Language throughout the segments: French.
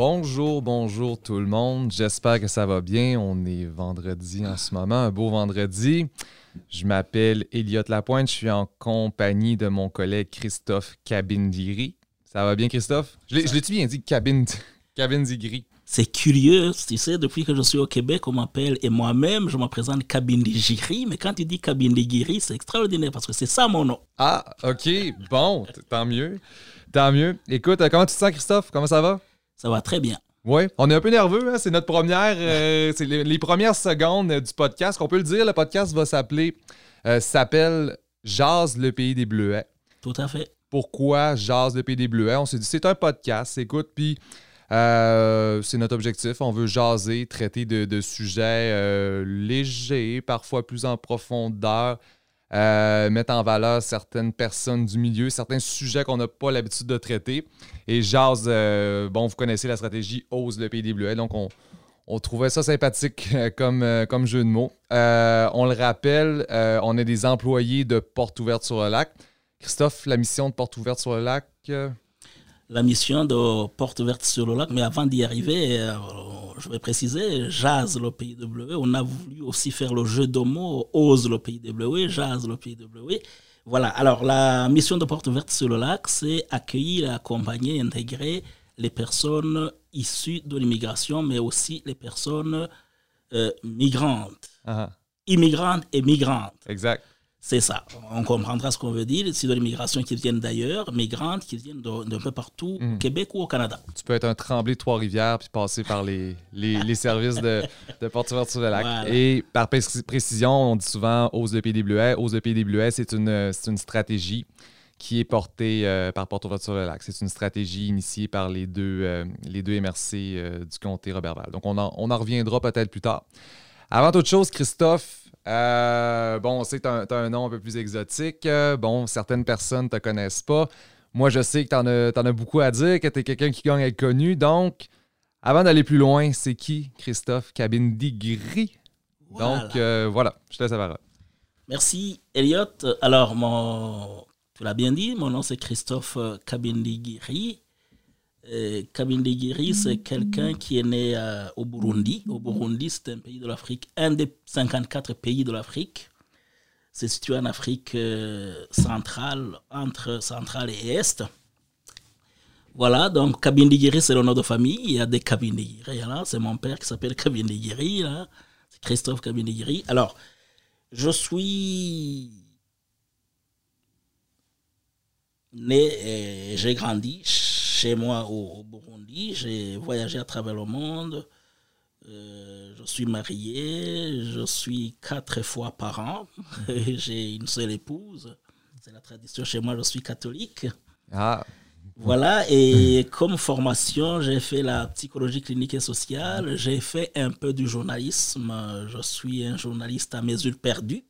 Bonjour tout le monde. J'espère que ça va bien. On est vendredi en ce moment, un beau vendredi. Je m'appelle Elliott Lapointe. Je suis en compagnie de mon collègue Christophe Kabindiri. Ça va bien, Christophe? Je l'ai-tu bien dit, Kabindiri? C'est curieux, tu sais, depuis que je suis au Québec, on m'appelle, et moi-même, je me présente Kabindiri, mais quand tu dis Kabindiri, c'est extraordinaire parce que c'est ça mon nom. Ah, OK. Bon, tant mieux. Tant mieux. Écoute, comment tu te sens, Christophe? Comment ça va? Ça va très bien. Oui, on est un peu nerveux, hein? C'est notre première, c'est les premières secondes du podcast. On peut le dire, le podcast va s'appelle Jazz le pays des Bleuets. Tout à fait. Pourquoi Jazz le pays des Bleuets? On s'est dit, c'est un podcast, écoute, puis c'est notre objectif. On veut jaser, traiter de sujets légers, parfois plus en profondeur, mettre en valeur certaines personnes du milieu, certains sujets qu'on n'a pas l'habitude de traiter. Et Jazz, vous connaissez la stratégie Ose le pays des Bleuets, donc on trouvait ça sympathique comme jeu de mots. On le rappelle, on est des employés de Porte Ouverte sur le Lac. Christophe, la mission de Porte Ouverte sur le Lac? La mission de Porte Ouverte sur le Lac, mais avant d'y arriver, je vais préciser, Jazz le pays des Bleuets. On a voulu aussi faire le jeu de mots, Ose le pays des Bleuets, Jazz le pays des Bleuets. Voilà, alors la mission de Porte Ouverte sur le Lac, c'est accueillir, accompagner, intégrer les personnes issues de l'immigration, mais aussi les personnes migrantes, immigrantes et migrantes. Exact. C'est ça, on comprendra ce qu'on veut dire. C'est de l'immigration qui viennent d'ailleurs, migrantes qui viennent d'un peu partout, au Québec ou au Canada. Tu peux être un Tremblay de Trois-Rivières puis passer par les services de Porte Ouverte sur le Lac. Voilà. Et par précision, on dit souvent Ose le pays des Bleuets. Ose le pays des Bleuets, c'est une stratégie qui est portée par Porte Ouverte sur le Lac. C'est une stratégie initiée par les deux MRC du comté Roberval. Donc, on en reviendra peut-être plus tard. Avant toute chose, Christophe, on sait que tu as un nom un peu plus exotique. Certaines personnes ne te connaissent pas. Moi, je sais que tu en as beaucoup à dire, que tu es quelqu'un qui gagne à être connu. Donc, avant d'aller plus loin, c'est qui, Christophe Kabindiri? Voilà. Donc, je te laisse la parole. Merci, Elliott. Alors, tu l'as bien dit, mon nom, c'est Christophe Kabindiri. Kabindiri, c'est quelqu'un qui est né au Burundi. Au Burundi, c'est un pays de l'Afrique, un des 54 pays de l'Afrique. C'est situé en Afrique centrale, entre centrale et est. Voilà, donc Kabindiri, c'est le nom de famille. Il y a des Kabindiri. Là, c'est mon père qui s'appelle Kabindiri. Là. C'est Christophe Kabindiri. Alors, je suis né et j'ai grandi chez moi au Burundi. J'ai voyagé à travers le monde. Je suis marié. Je suis 4 fois parent. J'ai une seule épouse. C'est la tradition chez moi. Je suis catholique. Ah. Voilà. Et comme formation, j'ai fait la psychologie clinique et sociale. J'ai fait un peu du journalisme. Je suis un journaliste à mesure perdue.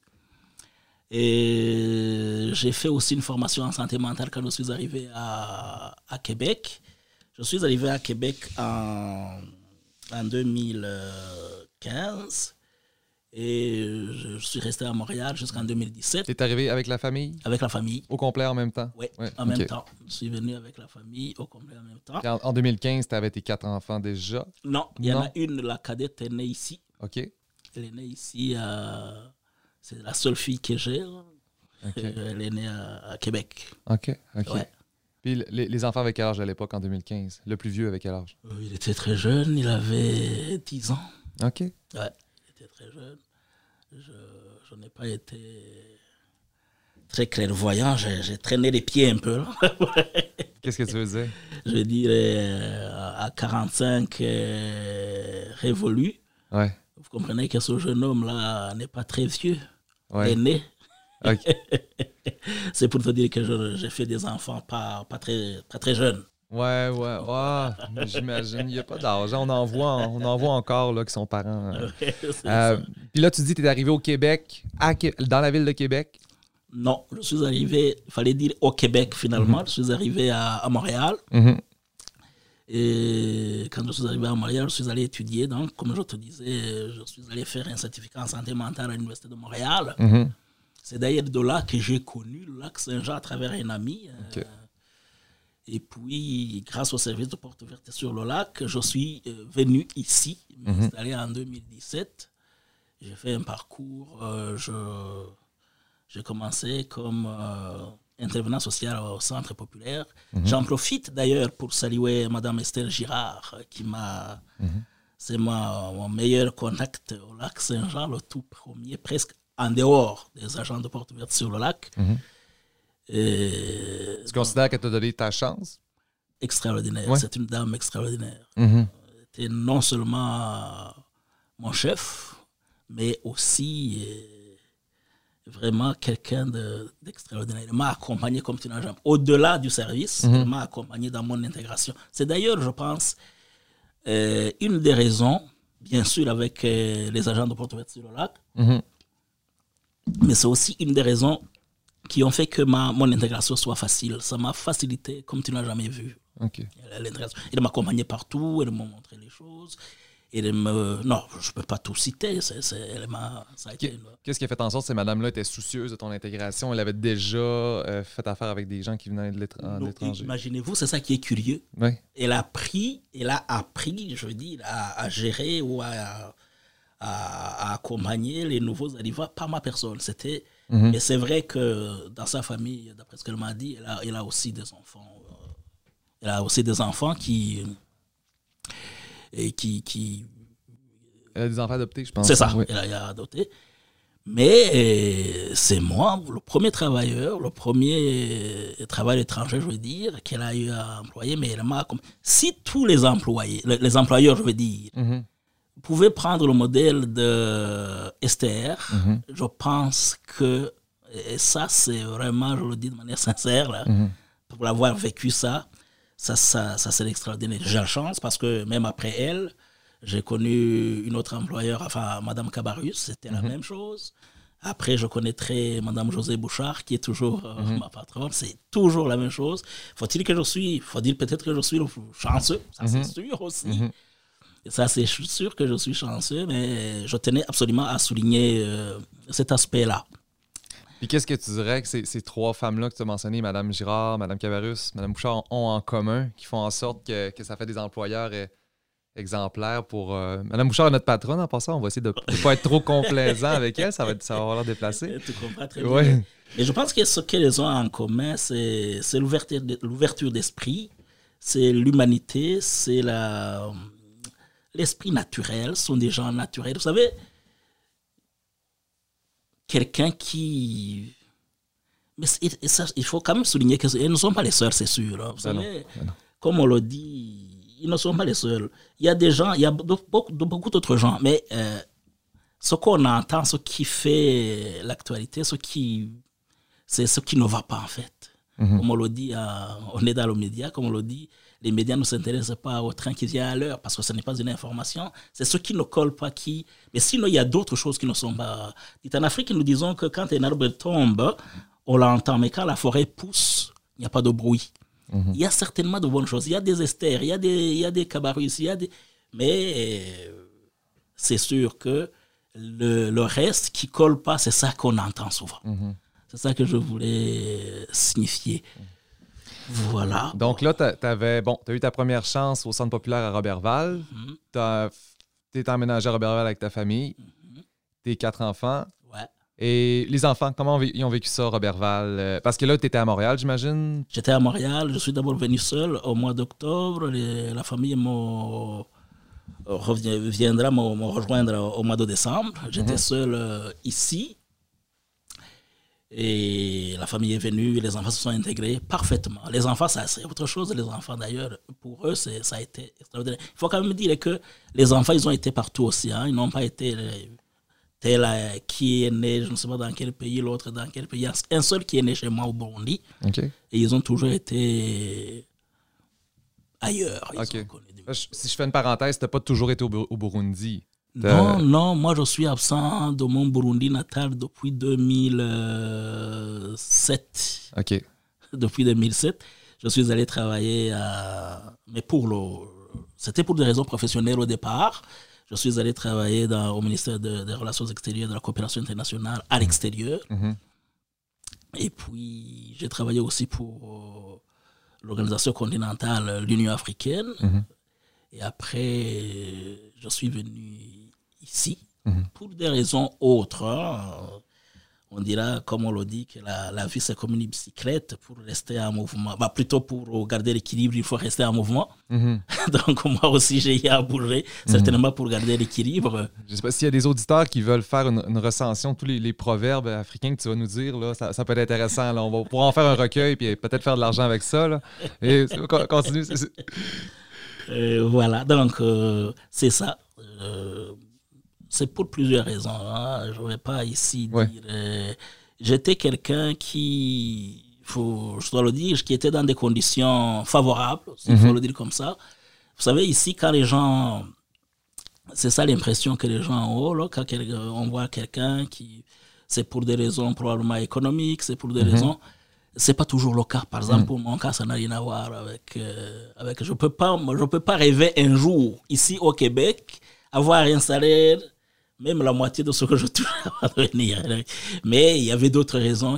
Et j'ai fait aussi une formation en santé mentale quand je suis arrivé à Québec. Je suis arrivé à Québec en 2015 et je suis resté à Montréal jusqu'en 2017. Tu es arrivé avec la famille? Avec la famille. Au complet en même temps? Oui, en même temps. Je suis venu avec la famille au complet en même temps. En 2015, tu avais tes 4 enfants déjà? Non, il y en a une, la cadette est née ici. OK. Elle est née ici c'est la seule fille que j'ai. Okay. Elle est née à Québec. OK. Ouais. Puis les enfants avaient quel âge à l'époque, en 2015? Le plus vieux avait quel âge? Il était très jeune, il avait 10 ans. OK. Ouais, il était très jeune. Je n'ai pas été très clairvoyant, j'ai traîné les pieds un peu. Qu'est-ce que tu veux dire? Je veux dire, à 45 révolus. Ouais. Vous comprenez que ce jeune homme-là n'est pas très vieux. Ouais. Il est né. Okay. C'est pour te dire que j'ai fait des enfants pas très jeunes. Ouais. J'imagine. Il n'y a pas d'âge. On en voit encore là, qui sont parents. Puis là, tu dis que tu es arrivé au Québec, dans la ville de Québec? Non, je suis arrivé, il fallait dire au Québec finalement. Je suis arrivé à Montréal. Et quand je suis arrivé à Montréal, je suis allé étudier. Donc, comme je te disais, je suis allé faire un certificat en santé mentale à l'Université de Montréal. C'est d'ailleurs de là que j'ai connu le lac Saint-Jean à travers un ami. Okay. Et puis, grâce au service de Porte Verte sur le lac, je suis venu ici, m'installer en 2017. J'ai fait un parcours. J'ai commencé comme intervenant social au Centre populaire. J'en profite d'ailleurs pour saluer Mme Estelle Girard, qui m'a... C'est mon meilleur contact au lac Saint-Jean, le tout premier, presque en dehors des agents de Porte Verte sur le lac. Tu considères qu'elle t'a donné ta chance? Extraordinaire. Ouais. C'est une dame extraordinaire. C'était non seulement mon chef, mais aussi vraiment quelqu'un d'extraordinaire. Elle m'a accompagné comme tu n'as jamais. Au-delà du service, elle m'a accompagné dans mon intégration. C'est d'ailleurs, je pense, une des raisons, bien sûr avec les agents de Porte Verte sur le lac, mais c'est aussi une des raisons qui ont fait que mon intégration soit facile. Ça m'a facilité comme tu n'as jamais vu. Okay. Elle m'accompagnait partout, elle m'a montré les choses. Non, je ne peux pas tout citer. Qu'est-ce qui a fait en sorte que ces madames-là étaient soucieuses de ton intégration? Elle avait déjà fait affaire avec des gens qui venaient de l'étranger. Imaginez-vous, c'est ça qui est curieux. Oui. Elle a appris, je veux dire, à gérer ou à accompagner les nouveaux arrivants par ma personne. C'était... Mais c'est vrai que dans sa famille, d'après ce qu'elle m'a dit, elle a aussi des enfants. Elle a aussi des enfants qui... Elle a des enfants adoptés, je pense. C'est ça, oui. Elle a adopté. Mais c'est moi, le premier travailleur, le premier travail étranger, je veux dire, qu'elle a eu à employer. Mais elle m'a... Si tous les employeurs, je veux dire, pouvaient prendre le modèle de Esther, je pense que, et ça c'est vraiment, je le dis de manière sincère, là, pour avoir vécu ça c'est extraordinaire. J'ai la chance parce que même après elle, j'ai connu une autre employeur, enfin Madame Cabarus, c'était la même chose. Après, je connaîtrai Madame José Bouchard, qui est toujours ma patronne, c'est toujours la même chose. Faut-il peut-être que je suis le chanceux, ça c'est sûr aussi. Ça, c'est sûr que je suis chanceux, mais je tenais absolument à souligner cet aspect-là. Puis qu'est-ce que tu dirais que ces trois femmes-là que tu as mentionnées, Mme Girard, Mme Cabarus, Mme Bouchard, ont en commun, qui font en sorte que ça fait des employeurs exemplaires pour... Mme Bouchard est notre patronne, en passant. On va essayer de ne pas être trop complaisant avec elle, ça va avoir l'air déplacé. Tu comprends très bien. Et je pense que ce qu'elles ont en commun, c'est l'ouverture d'esprit, c'est l'humanité, c'est l'esprit naturel, ce sont des gens naturels. Vous savez, quelqu'un qui... Mais ça, il faut quand même souligner qu'elles ne sont pas les seuls, c'est sûr. Hein. Vous savez, comme on le dit, ils ne sont pas les seuls. Il y a des gens, il y a beaucoup d'autres gens, mais ce qu'on entend, ce qui fait l'actualité, c'est ce qui ne va pas en fait. Comme on le dit, on est dans le média, comme on le dit, les médias ne s'intéressent pas au train qui vient à l'heure parce que ce n'est pas une information. C'est ce qui ne colle pas qui... Mais sinon, il y a d'autres choses qui ne sont pas... En Afrique, nous disons que quand un arbre tombe, on l'entend. Mais quand la forêt pousse, il n'y a pas de bruit. Il y a certainement de bonnes choses. Il y a des esters, il y a des cabarus, mais c'est sûr que le reste qui ne colle pas, c'est ça qu'on entend souvent. C'est ça que je voulais signifier. Voilà. Donc là, tu as eu ta première chance au Centre populaire à Roberval. Tu es emménagé à Roberval avec ta famille, tes 4 enfants. Ouais. Et les enfants, comment ils ont vécu ça, Roberval? Parce que là, tu étais à Montréal, j'imagine? J'étais à Montréal. Je suis d'abord venu seul au mois d'octobre. La famille viendra me rejoindre au mois de décembre. J'étais seul ici. Et la famille est venue, les enfants se sont intégrés parfaitement. Les enfants, c'est autre chose. Les enfants, d'ailleurs, pour eux, ça a été extraordinaire. Il faut quand même dire que les enfants, ils ont été partout aussi. Hein. Ils n'ont pas été tel qui est né, je ne sais pas dans quel pays, l'autre dans quel pays. Il y a un seul qui est né chez moi au Burundi. Okay. Et ils ont toujours été ailleurs. Okay. Si je fais une parenthèse, tu n'as pas toujours été au Burundi. Non, moi je suis absent de mon Burundi natal depuis 2007. OK. Depuis 2007, je suis allé travailler mais c'était pour des raisons professionnelles au départ. Je suis allé travailler au ministère des Relations extérieures et de la coopération internationale à l'extérieur. Et puis, j'ai travaillé aussi pour l'organisation continentale, l'Union africaine. Et après, je suis venu ici pour des raisons autres. On dira, comme on le dit, que la vie, c'est comme une bicyclette pour rester en mouvement. Plutôt pour garder l'équilibre, il faut rester en mouvement. Donc, moi aussi, j'ai eu à bouger, certainement pour garder l'équilibre. Je ne sais pas s'il y a des auditeurs qui veulent faire une recension de tous les proverbes africains que tu vas nous dire. Là, ça peut être intéressant. Là. On va pouvoir en faire un recueil et peut-être faire de l'argent avec ça. Là. Et continue. Voilà, donc, c'est ça. C'est pour plusieurs raisons. Hein. Je ne vais pas ici dire... j'étais quelqu'un qui, je dois le dire, qui était dans des conditions favorables, s'il faut le dire comme ça. Vous savez, ici, quand les gens... C'est ça l'impression que les gens ont. Là, quand on voit quelqu'un qui... C'est pour des raisons probablement économiques, c'est pour des raisons... C'est pas toujours le cas. Par exemple, pour mon cas, ça n'a rien à voir avec... je peux pas rêver un jour, ici au Québec, avoir un salaire... Même la moitié de ce que je touche va devenir. Mais il y avait d'autres raisons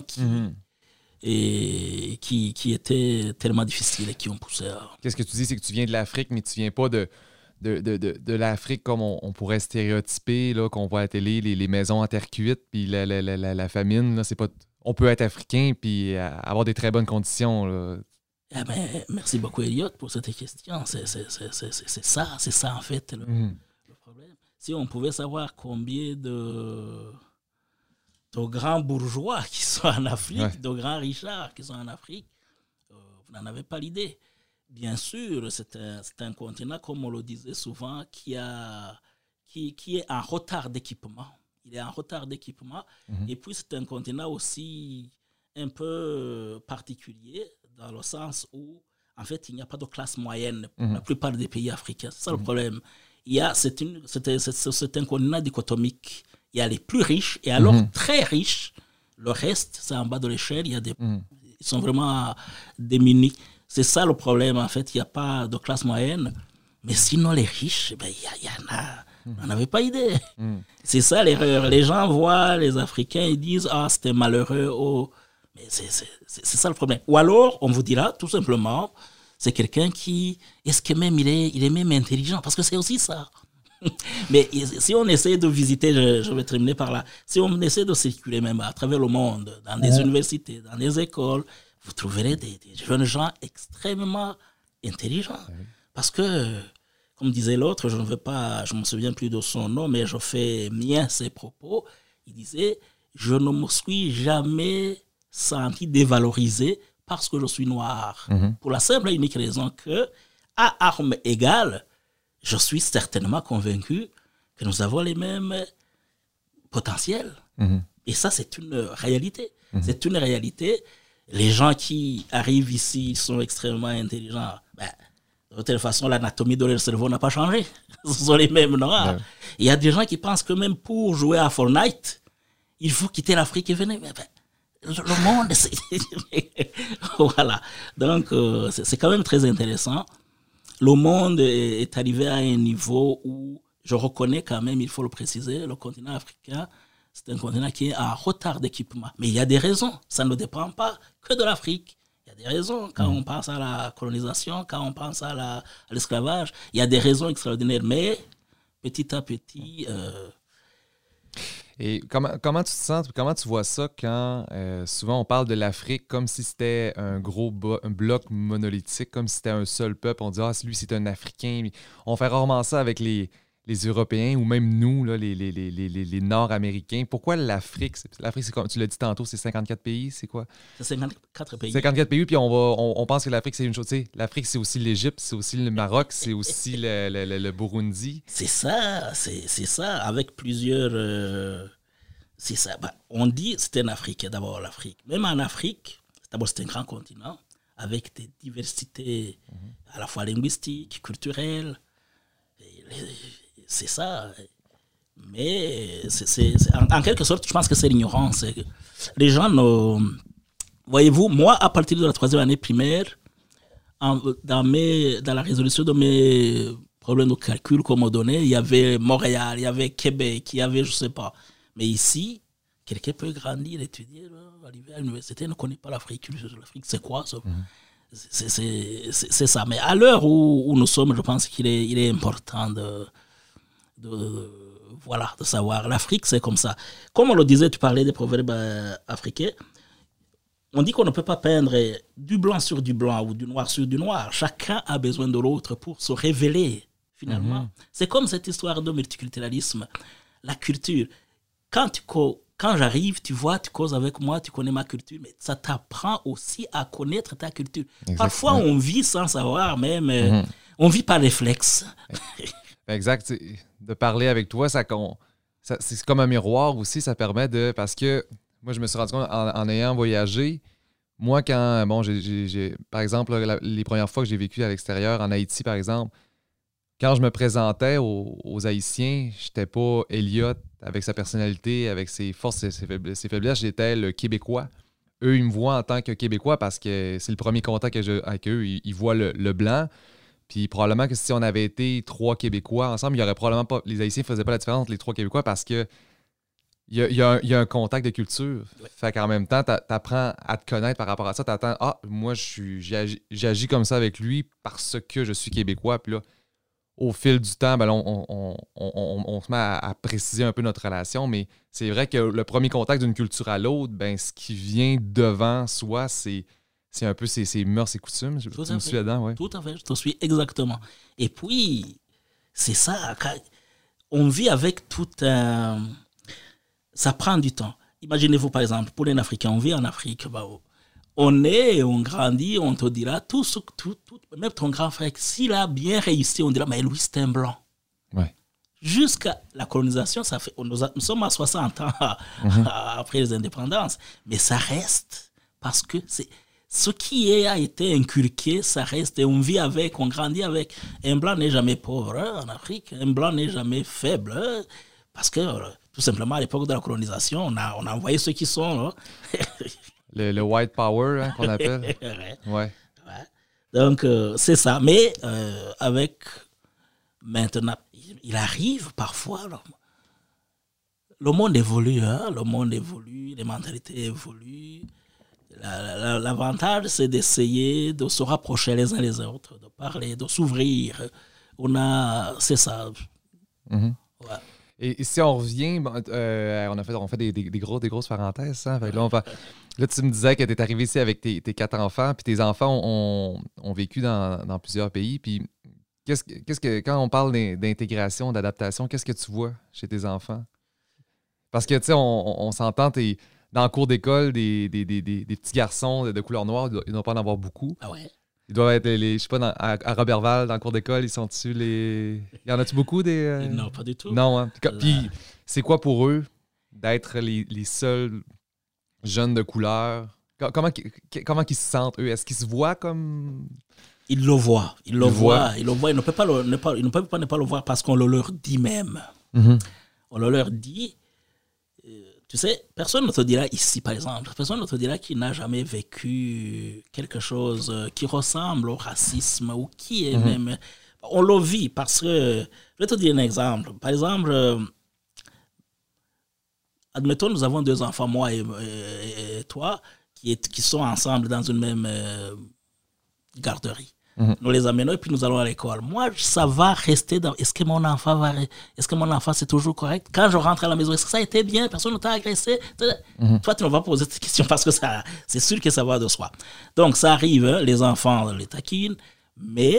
qui étaient tellement difficiles et qui ont poussé à... Qu'est-ce que tu dis? C'est que tu viens de l'Afrique, mais tu viens pas de l'Afrique comme on pourrait stéréotyper, là, qu'on voit à la télé, les maisons en terre cuite, puis la famine. Là, c'est pas... On peut être africain puis avoir des très bonnes conditions. Là. Eh ben, merci beaucoup, Elliot, pour cette question. C'est ça en fait, le problème. Si on pouvait savoir combien de grands bourgeois qui sont en Afrique, de grands richards qui sont en Afrique, vous n'en avez pas l'idée. Bien sûr, c'est un continent, comme on le disait souvent, qui est en retard d'équipement. Il est en retard d'équipement. Et puis, c'est un continent aussi un peu particulier, dans le sens où, en fait, il n'y a pas de classe moyenne pour la plupart des pays africains. C'est ça le problème. C'est un continent dichotomique. Il y a les plus riches et alors très riches. Le reste, c'est en bas de l'échelle. Il y a ils sont vraiment démunis. C'est ça le problème, en fait. Il n'y a pas de classe moyenne. Mais sinon, les riches, ben, il y en a. On n'avait pas idée. C'est ça l'erreur. Les gens voient les Africains et disent « Ah, c'était malheureux. Oh. » Mais c'est ça le problème. Ou alors, on vous dira tout simplement, c'est quelqu'un qui... Est-ce que même il est même intelligent? Parce que c'est aussi ça. Mais si on essaie de visiter, je vais terminer par là, si on essaie de circuler même à travers le monde, dans des universités, dans des écoles, vous trouverez des jeunes gens extrêmement intelligents. Parce que, comme disait l'autre, je ne me souviens plus de son nom, mais je fais mien ses propos. Il disait, je ne me suis jamais senti dévalorisé parce que je suis noir. Pour la simple et unique raison que, à armes égales, je suis certainement convaincu que nous avons les mêmes potentiels. Et ça, c'est une réalité. C'est une réalité. Les gens qui arrivent ici sont extrêmement intelligents. Ben, de toute façon, l'anatomie de leur cerveau n'a pas changé. Ce sont les mêmes noirs. Il y a des gens qui pensent que même pour jouer à Fortnite, il faut quitter l'Afrique et venir. Ben, le monde, c'est... Voilà. Donc, c'est quand même très intéressant. Le monde est arrivé à un niveau où, je reconnais quand même, il faut le préciser, le continent africain, c'est un continent qui est en retard d'équipement. Mais il y a des raisons. Ça ne dépend pas que de l'Afrique. Il y a des raisons. Quand on pense à la colonisation, quand on pense à l'esclavage, il y a des raisons extraordinaires. Mais petit à petit... Et comment tu te sens, comment tu vois ça quand souvent on parle de l'Afrique comme si c'était un gros bloc monolithique, comme si c'était un seul peuple. On dit « Ah, lui, c'est un Africain. » On fait rarement ça avec les Européens ou même nous, là, les Nord-Américains. Pourquoi l'Afrique? L'Afrique, c'est comme tu l'as dit tantôt, c'est 54 pays, c'est quoi? C'est 54 pays. 54 pays, puis on pense que l'Afrique, c'est une chose. L'Afrique, c'est aussi l'Égypte, c'est aussi le Maroc, c'est aussi le Burundi. C'est ça, c'est ça, avec plusieurs... c'est ça. Bah, on dit que c'est un Afrique, d'abord l'Afrique. Même en Afrique, d'abord c'est un grand continent, avec des diversités à la fois linguistiques, culturelles. C'est ça. Mais en quelque sorte, je pense que c'est l'ignorance. Les gens voyez-vous, moi, à partir de la 3e année primaire, dans la résolution de mes problèmes de calcul qu'on m'a donné, il y avait Montréal, il y avait Québec, il y avait, je ne sais pas. Mais ici, quelqu'un peut grandir, étudier, arriver à l'université, ne connaît pas l'Afrique. L'Afrique, c'est quoi ça? C'est ça. Mais à l'heure où nous sommes, je pense qu'il est important de savoir. L'Afrique, c'est comme ça. Comme on le disait, tu parlais des proverbes africains. On dit qu'on ne peut pas peindre du blanc sur du blanc ou du noir sur du noir. Chacun a besoin de l'autre pour se révéler, finalement. C'est comme cette histoire de multiculturalisme. La culture. Quand j'arrive, tu vois, tu causes avec moi, tu connais ma culture, mais ça t'apprend aussi à connaître ta culture. Exactement. Parfois, on vit sans savoir même. On vit par réflexe. Exact. De parler avec toi, c'est comme un miroir aussi. Ça permet de... Parce que moi, je me suis rendu compte en ayant voyagé, moi, quand... Bon, par exemple, les premières fois que j'ai vécu à l'extérieur, en Haïti, par exemple, quand je me présentais aux Haïtiens, j'étais pas Elliot avec sa personnalité, avec ses forces et ses faiblesses. J'étais le Québécois. Eux, ils me voient en tant que Québécois parce que c'est le premier contact que j'ai avec eux. Ils voient le blanc. Puis probablement que si on avait été 3 Québécois ensemble, il y aurait probablement pas... Les Haïtiens ne faisaient pas la différence entre les 3 Québécois parce que il y a un contact de culture. Ouais. Fait qu'en même temps, tu apprends à te connaître par rapport à ça. Tu attends, moi, j'agis comme ça avec lui parce que je suis Québécois. Puis là, au fil du temps, ben là, on se met à préciser un peu notre relation. Mais c'est vrai que le premier contact d'une culture à l'autre, ben ce qui vient devant soi, c'est un peu ses mœurs et coutumes. Tu me suis là-dedans, ouais. Tout à fait, je te suis exactement. Et puis, c'est ça. On vit avec tout un... Ça prend du temps. Imaginez-vous, par exemple, pour les Africains, on vit en Afrique. On grandit, on te dira, même ton grand frère, s'il a bien réussi, on dira, mais lui, c'est un blanc. Ouais. Jusqu'à la colonisation, nous sommes à 60 ans après les indépendances. Mais ça reste, parce que ce qui a été inculqué, ça reste, et on vit avec, on grandit avec. Un blanc n'est jamais pauvre en Afrique, un blanc n'est jamais faible, parce que... Tout simplement, à l'époque de la colonisation, on a envoyé ceux qui sont... le white power, qu'on appelle. Ouais. Donc, c'est ça. Mais avec... Maintenant, il arrive parfois... Le monde évolue, le monde évolue, les mentalités évoluent. L'avantage, c'est d'essayer de se rapprocher les uns les autres, de parler, de s'ouvrir. C'est ça. Ouais. Et si on revient, on fait des grosses parenthèses. Hein? Fait que là, tu me disais que tu es arrivé ici avec tes 4 enfants, puis tes enfants ont vécu dans plusieurs pays. Puis quand on parle d'intégration, d'adaptation, qu'est-ce que tu vois chez tes enfants? Parce que, tu sais, on s'entend, dans le cours d'école, des petits garçons de couleur noire, ils ne doivent pas en avoir beaucoup. Ah ouais? Ils doivent être, je sais pas, à Robertval, dans le cours d'école, ils sont-tu les... Y en a-tu beaucoup des... Non, pas du tout. Non, hein? Puis c'est quoi pour eux d'être les seuls jeunes de couleur? Comment ils se sentent, eux? Est-ce qu'ils se voient comme... Ils le voient. Ils ne peuvent pas ne pas le voir parce qu'on le leur dit même. On le leur dit... Tu sais, personne ne te dira ici, par exemple, personne ne te dira qu'il n'a jamais vécu quelque chose qui ressemble au racisme ou qui est même... On le vit parce que... Je vais te dire un exemple. Par exemple, admettons, nous avons 2 enfants, moi et toi, qui sont ensemble dans une même garderie. Nous les amenons et puis nous allons à l'école. Moi, ça va rester dans... Est-ce que mon enfant c'est toujours correct? Quand je rentre à la maison, est-ce que ça a été bien? Personne ne t'a agressé? Toi, tu ne vas pas poser cette question parce que c'est sûr que ça va de soi. Donc, ça arrive, hein, les enfants les taquinent, mais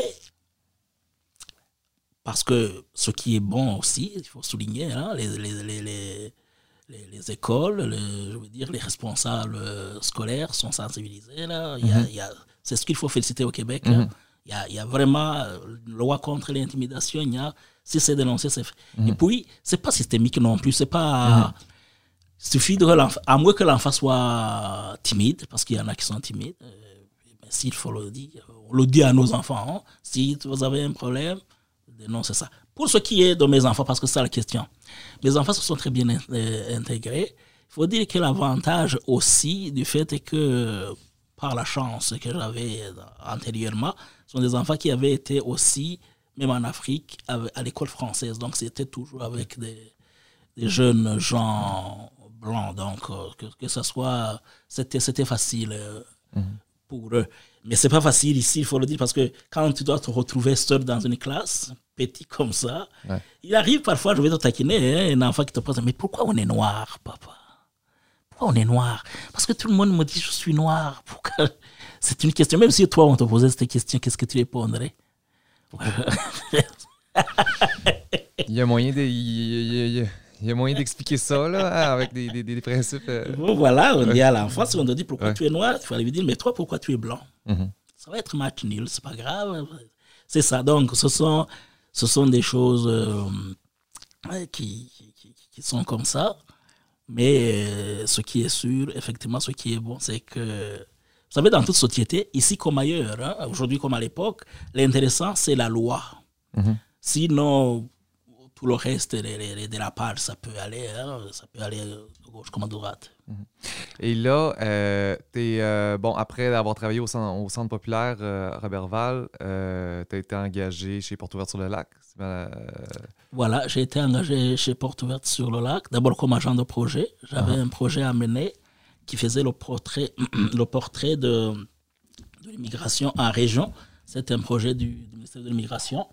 parce que ce qui est bon aussi, il faut souligner, hein, les écoles, je veux dire, les responsables scolaires sont sensibilisés. Là. C'est ce qu'il faut féliciter au Québec. Hein. Il y a vraiment une loi contre l'intimidation. Si c'est dénoncé, c'est fait. Et puis, c'est pas systémique non plus. C'est pas... Il suffit à moins que l'enfant soit timide, parce qu'il y en a qui sont timides. Mais s'il faut le dire, on le dit à nos enfants. Hein, si vous avez un problème, dénoncez ça. Pour ce qui est de mes enfants, parce que c'est ça la question. Mes enfants se sont très bien intégrés. Il faut dire que l'avantage aussi du fait est que... par la chance que j'avais antérieurement, ce sont des enfants qui avaient été aussi, même en Afrique, à l'école française. Donc, c'était toujours avec des jeunes gens blancs. Donc, que ce soit... C'était facile pour eux. Mais c'est pas facile ici, il faut le dire, parce que quand tu dois te retrouver seul dans une classe, petit comme ça, il arrive parfois, je vais te taquiner, un enfant qui te pose, mais pourquoi on est noir, papa? Pourquoi on est noir? Parce que tout le monde me dit, je suis noir. Pourquoi? C'est une question. Même si toi, on te posait cette question, qu'est-ce que tu répondrais? Il y a moyen d'expliquer ça, là, avec des principes. Bon, voilà, on dit à l'enfant, si on te dit pourquoi tu es noir, il faut aller lui dire, mais toi, pourquoi tu es blanc? Ça va être match nul, c'est pas grave. C'est ça. Donc, ce sont des choses qui sont comme ça. Mais ce qui est sûr, effectivement, ce qui est bon, c'est que, vous savez, dans toute société, ici comme ailleurs, hein, aujourd'hui comme à l'époque, l'intéressant, c'est la loi. Sinon, tout le reste, les dérapages, ça peut aller de gauche comme à droite. Et là, après avoir travaillé au centre populaire Roberval, tu as été engagé chez Portes Ouvertes sur le Lac. Voilà, j'ai été engagé chez Portes Ouvertes sur le Lac, d'abord comme agent de projet. J'avais un projet à mener qui faisait le portrait de l'immigration en région. C'était un projet du ministère de l'immigration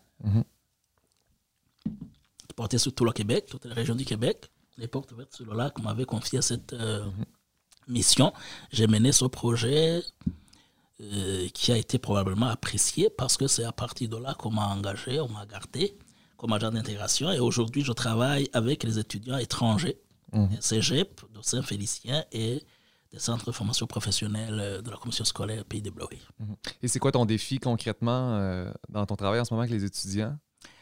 qui portait sur tout le Québec, toute la région du Québec. Les Portes Ouvertes sur le Lac m'avaient confié cette mission. J'ai mené ce projet qui a été probablement apprécié parce que c'est à partir de là qu'on m'a engagé, on m'a gardé comme agent d'intégration. Et aujourd'hui, je travaille avec les étudiants étrangers, des cégep de Saint-Félicien et des centres de formation professionnelle de la commission scolaire Pays des Bleus. Et c'est quoi ton défi concrètement dans ton travail en ce moment avec les étudiants?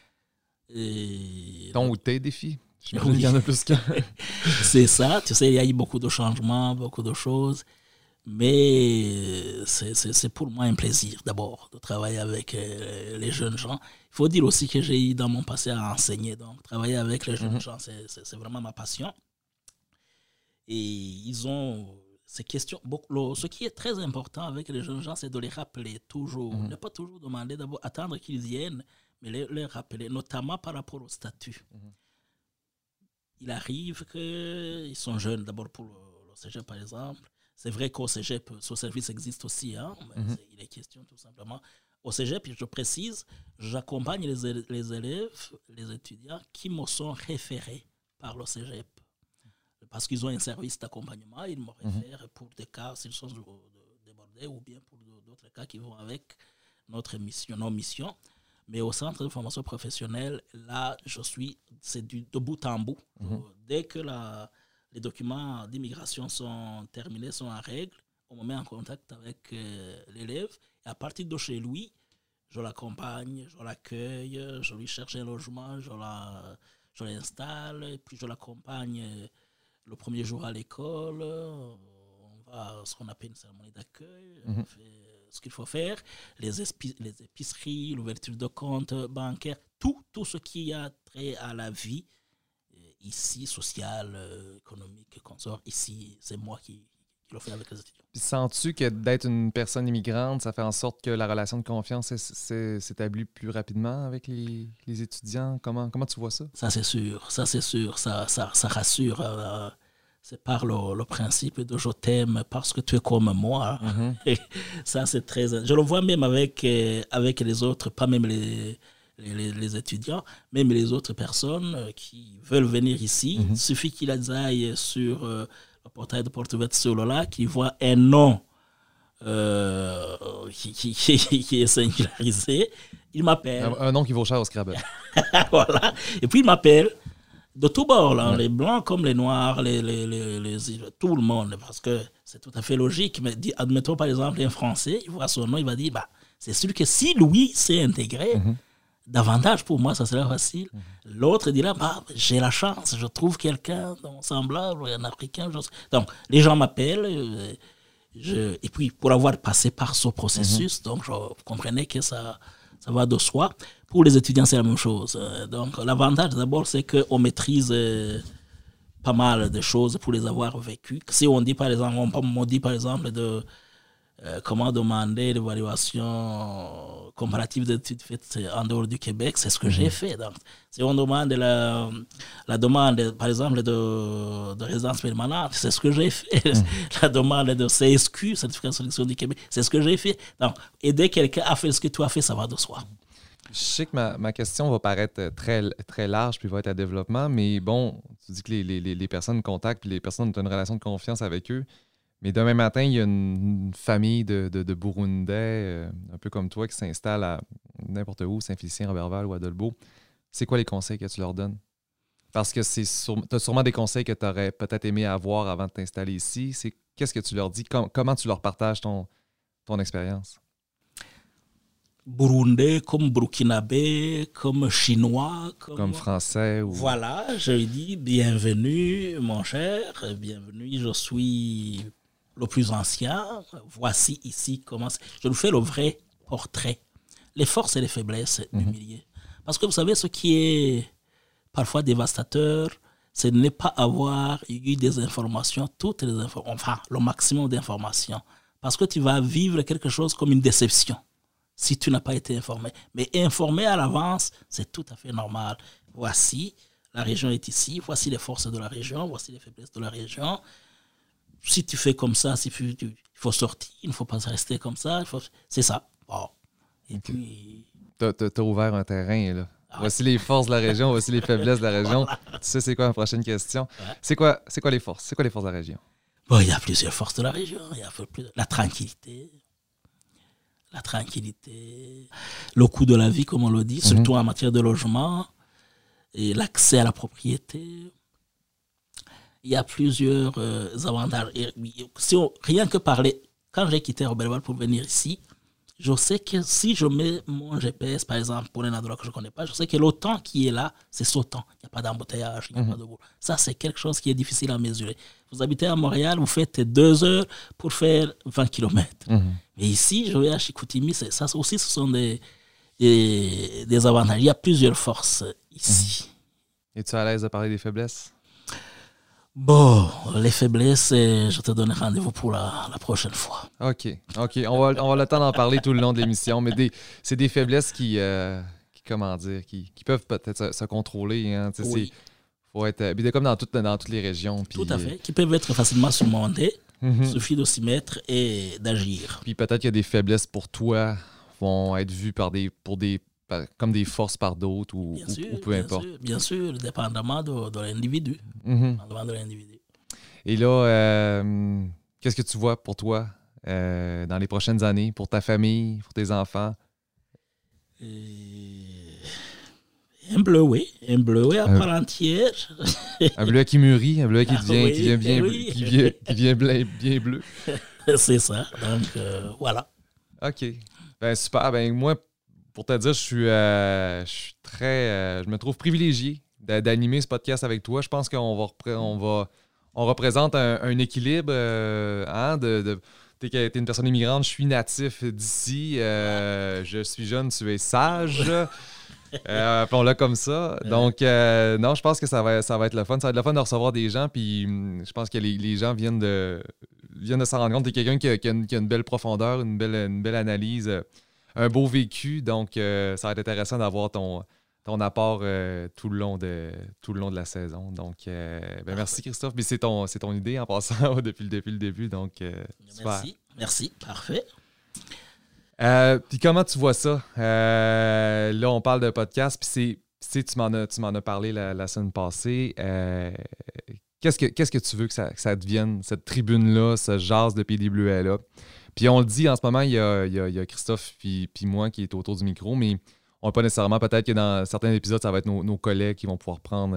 Ton ou tes défis? J'imagine qu'il y en a plus qu'un. C'est ça. Tu sais, il y a eu beaucoup de changements, beaucoup de choses. Mais c'est pour moi un plaisir, d'abord, de travailler avec les jeunes gens. Il faut dire aussi que j'ai eu dans mon passé à enseigner. Donc, travailler avec les jeunes gens, c'est vraiment ma passion. Et ils ont ces questions. Ce qui est très important avec les jeunes gens, c'est de les rappeler toujours. Ne pas toujours demander, d'abord, attendre qu'ils viennent, mais les rappeler, notamment par rapport au statut. Il arrive qu'ils sont jeunes, d'abord pour le cégep, par exemple. C'est vrai qu'au cégep, ce service existe aussi. Hein, mais il est question tout simplement. Au cégep, je précise, j'accompagne les élèves, les étudiants qui me sont référés par le cégep. Parce qu'ils ont un service d'accompagnement, ils me réfèrent pour des cas, s'ils sont débordés, ou bien pour d'autres cas qui vont avec notre mission, nos missions. Mais au centre de formation professionnelle, là, c'est de bout en bout. Dès que les documents d'immigration sont terminés, sont en règle, on me met en contact avec l'élève. Et à partir de chez lui, je l'accompagne, je l'accueille, je lui cherche un logement, je l'installe, et puis je l'accompagne le premier jour à l'école. On va à ce qu'on appelle une cérémonie d'accueil, on fait ce qu'il faut faire, les épiceries, l'ouverture de comptes bancaires, tout ce qui a trait à la vie ici, sociale, économique, consort, ici, c'est moi qui le fais avec les étudiants. Puis sens-tu que d'être une personne immigrante, ça fait en sorte que la relation de confiance s'établit plus rapidement avec les étudiants? Comment tu vois ça? Ça, c'est sûr. Ça rassure. C'est par le principe de je t'aime parce que tu es comme moi. Et ça, c'est très... Je le vois même avec les autres, pas même les étudiants, même les autres personnes qui veulent venir ici. Il suffit qu'ils aillent sur le portail de Portes Ouvertes sur le Lac, qu'ils voient un nom qui est singularisé. Ils m'appellent. Un nom qui vaut cher au Scrabble. Voilà. Et puis, ils m'appellent. De tout bord, là, les blancs comme les noirs, tout le monde, parce que c'est tout à fait logique. Mais admettons par exemple un Français, il voit son nom, il va dire, c'est sûr que si Louis s'est intégré, davantage pour moi, ça serait facile. L'autre dira, j'ai la chance, je trouve quelqu'un semblable, un Africain. Donc, les gens m'appellent, et puis pour avoir passé par ce processus, donc je comprenais que ça va de soi. Pour les étudiants, c'est la même chose. Donc, l'avantage, d'abord, c'est qu'on maîtrise pas mal de choses pour les avoir vécues. Si on dit, par exemple, de comment demander l'évaluation comparative d'études faites en dehors du Québec, c'est ce que j'ai fait. Donc, si on demande la demande, par exemple, de résidence permanente, c'est ce que j'ai fait. La demande de CSQ, certificat de sélection du Québec, c'est ce que j'ai fait. Donc, aider quelqu'un à faire ce que tu as fait, ça va de soi. Je sais que ma question va paraître très, très large puis va être à développement, mais bon, tu dis que les personnes contactent puis les personnes ont une relation de confiance avec eux. Mais demain matin, il y a une famille de Burundais, un peu comme toi, qui s'installe à n'importe où, Saint-Félicien, Roberval ou Adelbo. C'est quoi les conseils que tu leur donnes? Parce que tu as sûrement des conseils que tu aurais peut-être aimé avoir avant de t'installer ici. Qu'est-ce que tu leur dis? Comment tu leur partages ton expérience? Burundais, comme burkinabé, comme chinois. Comme français. Ou... Voilà, je lui dis bienvenue, mon cher, bienvenue, je suis le plus ancien. Voici ici comment. Je lui fais le vrai portrait, les forces et les faiblesses du milieu. Parce que vous savez, ce qui est parfois dévastateur, c'est de ne pas avoir eu des informations, toutes les informations, enfin, le maximum d'informations. Parce que tu vas vivre quelque chose comme une déception si tu n'as pas été informé. Mais informé à l'avance, c'est tout à fait normal. Voici, la région est ici, voici les forces de la région, voici les faiblesses de la région. Si tu fais comme ça, il faut sortir, il ne faut pas rester comme ça. C'est ça. Bon. Et puis... Tu as ouvert un terrain, là. Voici les forces de la région, voici les faiblesses de la région. Voilà. Tu sais, c'est quoi la prochaine question? Ouais. C'est quoi les forces? C'est quoi les forces de la région? Bon, il y a plusieurs forces de la région. Il y a la tranquillité. Le coût de la vie, comme on le dit, surtout en matière de logement, et l'accès à la propriété. Il y a plusieurs avantages. Rien que parler, quand j'ai quitté Roberval pour venir ici, je sais que si je mets mon GPS, par exemple, pour un endroit que je ne connais pas, je sais que le temps qui est là, c'est ce temps. Il n'y a pas d'embouteillage, il n'y a pas de boulot. Ça, c'est quelque chose qui est difficile à mesurer. Vous habitez à Montréal, vous faites 2 heures pour faire 20 km. Mais ici, je vais à Chicoutimi, ça aussi, ce sont des avantages. Il y a plusieurs forces ici. Es-tu à l'aise de parler des faiblesses? Bon, les faiblesses, je te donne rendez-vous pour la prochaine fois. OK. On va le temps d'en parler tout le long de l'émission, mais c'est des faiblesses qui peuvent peut-être se contrôler. Hein, oui. Faut être comme dans toutes les régions. Puis, tout à fait, qui peuvent être facilement surmontées. Il suffit de s'y mettre et d'agir. Puis peut-être que des faiblesses pour toi vont être vues comme des forces par d'autres ou peu importe. Bien sûr, dépendamment de l'individu. Et là, qu'est-ce que tu vois pour toi dans les prochaines années, pour ta famille, pour tes enfants? Un bleuet à part entière. Un bleuet qui mûrit, un bleuet qui devient bien bleu. C'est ça, donc voilà. OK. Ben super. Ben moi, pour te dire, je me trouve privilégié d'animer ce podcast avec toi. Je pense qu'on représente un équilibre. T'es une personne immigrante, je suis natif d'ici. Je suis jeune, tu es sage. Appelons-le comme ça. Donc, non, je pense que ça va être le fun. Ça va être le fun de recevoir des gens. Puis, je pense que les gens viennent de s'en rendre compte. T'es quelqu'un qui a une belle profondeur, une belle analyse. Un beau vécu, donc ça va être intéressant d'avoir ton apport tout le long de la saison. Donc, merci Christophe. Mais c'est ton idée en passant depuis le début. Donc, merci, parfait. Puis comment tu vois ça? Là, on parle de podcast, puis tu m'en as parlé la semaine passée. Qu'est-ce que tu veux que ça devienne, cette tribune-là, ce jazz de PWA-là? Puis on le dit, en ce moment, il y a Christophe puis moi qui est autour du micro, mais on n'a pas nécessairement, peut-être que dans certains épisodes, ça va être nos collègues qui vont pouvoir prendre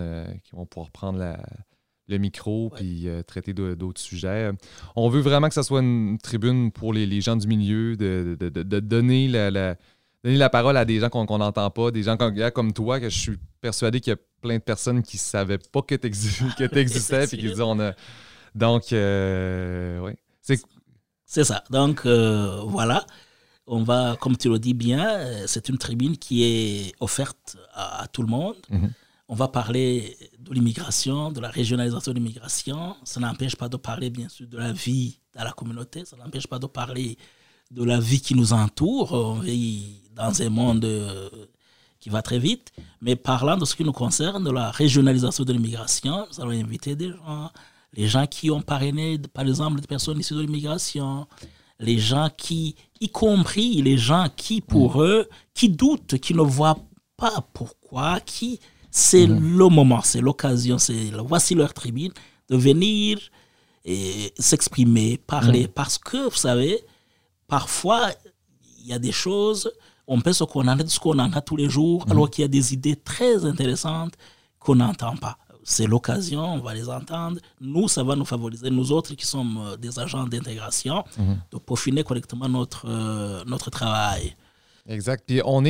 le micro puis traiter d'autres sujets. On veut vraiment que ça soit une tribune pour les gens du milieu, de donner la parole à des gens qu'on n'entend pas, des gens comme toi, que je suis persuadé qu'il y a plein de personnes qui ne savaient pas que tu existais puis qui disaient Donc, oui. C'est ça. Donc, voilà. On va, comme tu le dis bien, c'est une tribune qui est offerte à tout le monde. on va parler de l'immigration, de la régionalisation de l'immigration. Ça n'empêche pas de parler, bien sûr, de la vie dans la communauté. Ça n'empêche pas de parler de la vie qui nous entoure. On vit dans un monde qui va très vite. Mais parlant de ce qui nous concerne, de la régionalisation de l'immigration, nous allons inviter des gens, les gens qui ont parrainé, par exemple, des personnes issues de l'immigration, les gens qui, y compris les gens qui, pour eux, qui doutent, qui ne voient pas pourquoi, qui... C'est le moment, c'est l'occasion, voici leur tribune de venir et s'exprimer, parler. Parce que, vous savez, parfois, il y a des choses, on peut se condamner de ce qu'on entend tous les jours, alors qu'il y a des idées très intéressantes qu'on n'entend pas. C'est l'occasion, on va les entendre. Nous, ça va nous favoriser, nous autres qui sommes des agents d'intégration, de peaufiner correctement notre travail. Exact. Puis on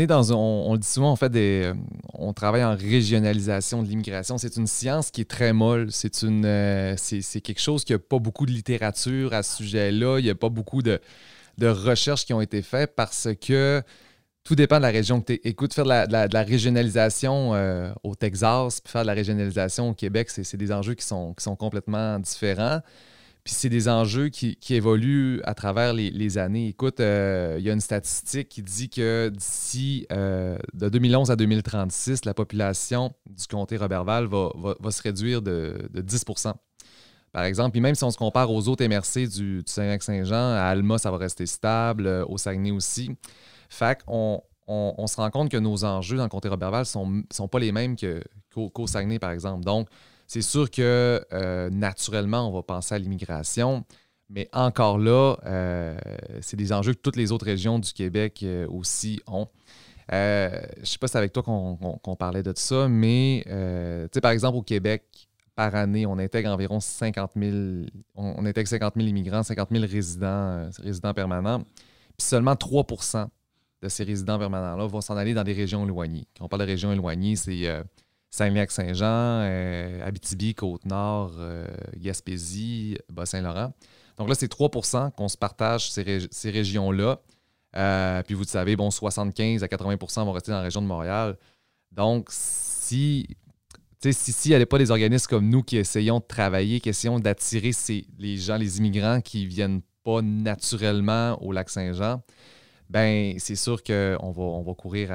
le dit souvent, on travaille en régionalisation de l'immigration. C'est une science qui est très molle. C'est quelque chose qui n'a pas beaucoup de littérature à ce sujet-là. Il n'y a pas beaucoup de recherches qui ont été faites parce que tout dépend de la région que tu es. Écoute, faire de la régionalisation au Texas, puis faire de la régionalisation au Québec, c'est des enjeux qui sont complètement différents. Puis c'est des enjeux qui évoluent à travers les années. Écoute, il y a une statistique qui dit que d'ici de 2011 à 2036, la population du comté Roberval va se réduire de 10 %. Par exemple, puis même si on se compare aux autres MRC du Saguenay-Lac-Saint-Jean, à Alma, ça va rester stable, au Saguenay aussi. Fait qu'on se rend compte que nos enjeux dans le comté Roberval sont pas les mêmes qu'au Saguenay, par exemple. Donc, c'est sûr que naturellement, on va penser à l'immigration, mais encore là, c'est des enjeux que toutes les autres régions du Québec aussi ont. Je ne sais pas si c'est avec toi qu'on parlait de ça, mais par exemple, au Québec, par année, on intègre environ 50 000 immigrants, 50 000 résidents permanents, puis seulement 3 % de ces résidents permanents-là vont s'en aller dans des régions éloignées. Quand on parle de régions éloignées, c'est Saguenay-Lac-Saint-Jean, Abitibi, Côte-Nord, Gaspésie, Bas-Saint-Laurent. Donc là, c'est 3 % qu'on se partage ces régions-là. Puis vous le savez, 75 à 80 % vont rester dans la région de Montréal. Donc, s'il n'y avait pas des organismes comme nous qui essayons de travailler, qui essayons d'attirer les gens, les immigrants qui ne viennent pas naturellement au Lac-Saint-Jean, ben c'est sûr qu'on va courir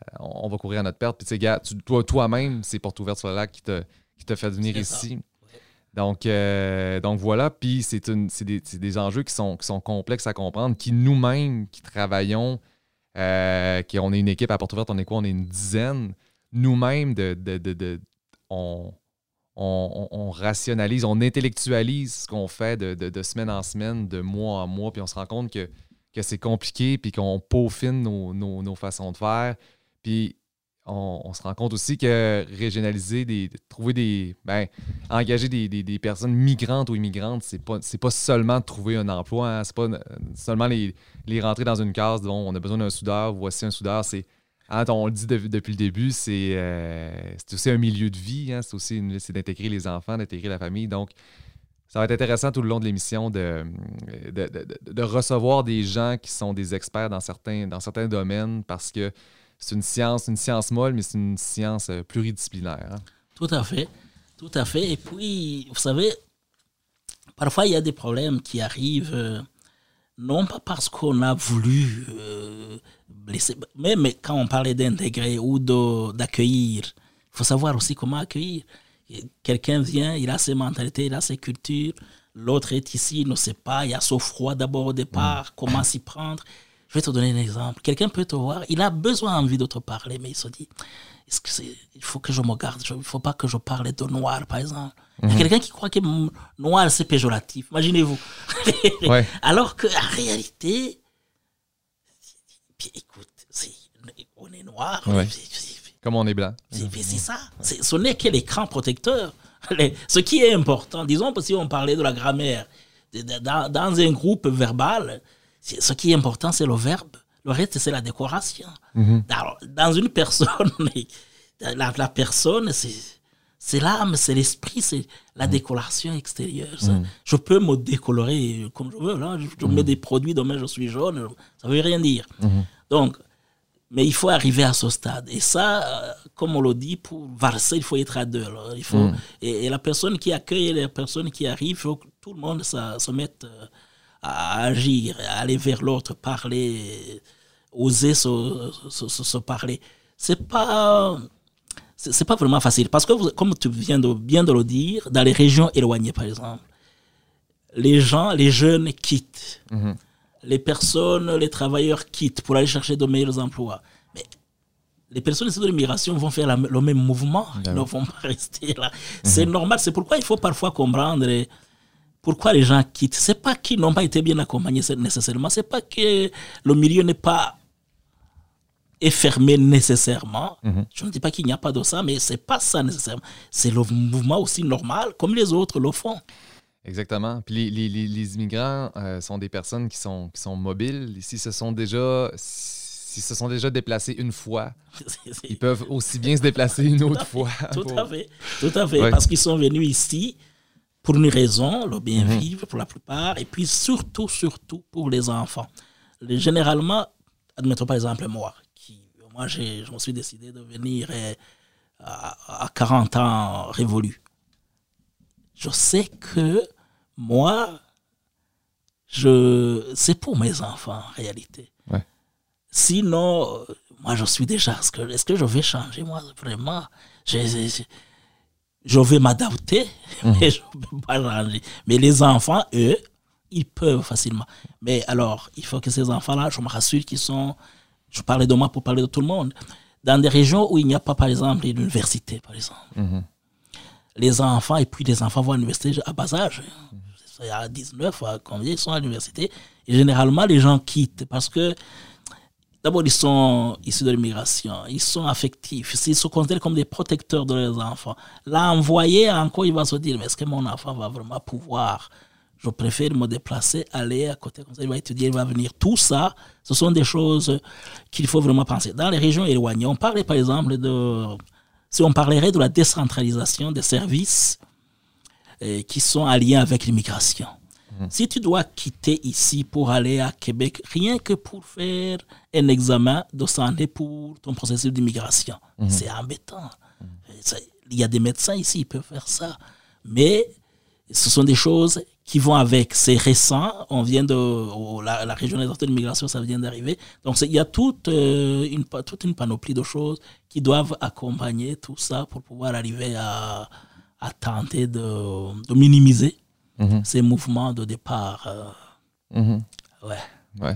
à notre perte. Puis tu sais, gars, toi-même, c'est Portes ouvertes sur le lac qui t'a fait venir ici. Donc voilà. Puis c'est des enjeux qui sont complexes à comprendre, qui nous-mêmes, qui travaillons, on est une équipe à Portes ouvertes, on est quoi? On est une dizaine. Nous-mêmes, on rationalise, on intellectualise ce qu'on fait de semaine en semaine, de mois en mois, puis on se rend compte que c'est compliqué, puis qu'on peaufine nos façons de faire. Puis on se rend compte aussi que régionaliser, engager des personnes migrantes ou immigrantes, c'est pas seulement de trouver un emploi, hein, c'est pas seulement les rentrer dans une case, on a besoin d'un soudeur, voici un soudeur, c'est... on le dit depuis le début, c'est aussi un milieu de vie, hein, c'est d'intégrer les enfants, d'intégrer la famille, donc ça va être intéressant tout le long de l'émission de recevoir des gens qui sont des experts dans certains domaines parce que c'est une science molle, mais c'est une science pluridisciplinaire. Hein. Tout à fait. Et puis, vous savez, parfois il y a des problèmes qui arrivent, non pas parce qu'on a voulu blesser, mais quand on parlait d'intégrer ou d'accueillir, il faut savoir aussi comment accueillir. Quelqu'un vient, il a ses mentalités, il a ses cultures. L'autre est ici, il ne sait pas, il y a ce froid d'abord au départ, comment s'y prendre. Je vais te donner un exemple. Quelqu'un peut te voir, il a envie de te parler, mais il se dit, il faut que je me garde, il ne faut pas que je parle de noir, par exemple. Il y a quelqu'un qui croit que noir, c'est péjoratif, imaginez-vous. Ouais. Alors qu'en réalité, écoute, on est noir, ouais. Comme on est blanc. C'est ça. Ce n'est que l'écran protecteur. Ce qui est important, disons que si on parlait de la grammaire, dans un groupe verbal, ce qui est important, c'est le verbe. Le reste, c'est la décoration. Alors, dans une personne, la personne, c'est l'âme, c'est l'esprit, c'est la décoloration extérieure. Je peux me décolorer comme je veux. Là. Je mets des produits, demain je suis jaune, ça ne veut rien dire. Donc, Mais il faut arriver à ce stade. Et ça, comme on le dit, pour varser, il faut être à deux. Là. Il faut, et la personne qui accueille et la personne qui arrive, il faut que tout le monde se mette à agir, à aller vers l'autre, parler, oser se parler. C'est pas vraiment facile. Parce que, comme tu viens bien de le dire, dans les régions éloignées, par exemple, les jeunes quittent. Les travailleurs quittent pour aller chercher de meilleurs emplois. Mais les personnes issues de l'immigration vont faire le même mouvement. Ils ne vont pas rester là. C'est normal. C'est pourquoi il faut parfois comprendre pourquoi les gens quittent. Ce n'est pas qu'ils n'ont pas été bien accompagnés nécessairement. Ce n'est pas que le milieu n'est pas fermé nécessairement. Je ne dis pas qu'il n'y a pas de ça, mais ce n'est pas ça nécessairement. C'est le mouvement aussi normal, comme les autres le font. Exactement. Puis les immigrants sont des personnes qui sont mobiles. S'ils se sont déjà déplacés une fois, ils peuvent aussi bien se déplacer une autre fois. Tout à fait. Ouais. Parce qu'ils sont venus ici pour une raison, le bien vivre pour la plupart, et puis surtout pour les enfants. Généralement, admettons par exemple moi, je me suis décidé de venir à 40 ans révolus. Je sais que moi, c'est pour mes enfants en réalité. Ouais. Sinon, moi je suis déjà. Est-ce que je vais changer, moi, vraiment? Je vais m'adapter, mais je ne peux pas changer. Mais les enfants, eux, ils peuvent facilement. Mais alors, il faut que ces enfants-là, je me rassure qu'ils sont. Je parlais de moi pour parler de tout le monde. Dans des régions où il n'y a pas, par exemple, une université, par exemple. Les enfants, et puis les enfants vont à l'université à bas âge. À 19, à combien ils sont à l'université. Et généralement, les gens quittent parce que, d'abord, ils sont issus de l'immigration. Ils sont affectifs. Ils se considèrent comme des protecteurs de leurs enfants. Là, envoyé, encore, il va se dire, mais est-ce que mon enfant va vraiment pouvoir? Je préfère me déplacer, aller à côté, comme ça, il va étudier, il va venir. Tout ça, ce sont des choses qu'il faut vraiment penser. Dans les régions éloignées, on parlait par exemple si on parlerait de la décentralisation des services qui sont en lien avec l'immigration. Si tu dois quitter ici pour aller à Québec, rien que pour faire un examen de santé pour ton processus d'immigration, c'est embêtant. Il y a des médecins ici, ils peuvent faire ça. Mais ce sont des choses qui vont avec. C'est récent, on vient la régionalisation de l'immigration, ça vient d'arriver. Donc, il y a toute une panoplie de choses qui doivent accompagner tout ça pour pouvoir arriver à tenter de minimiser ces mouvements de départ. Ouais.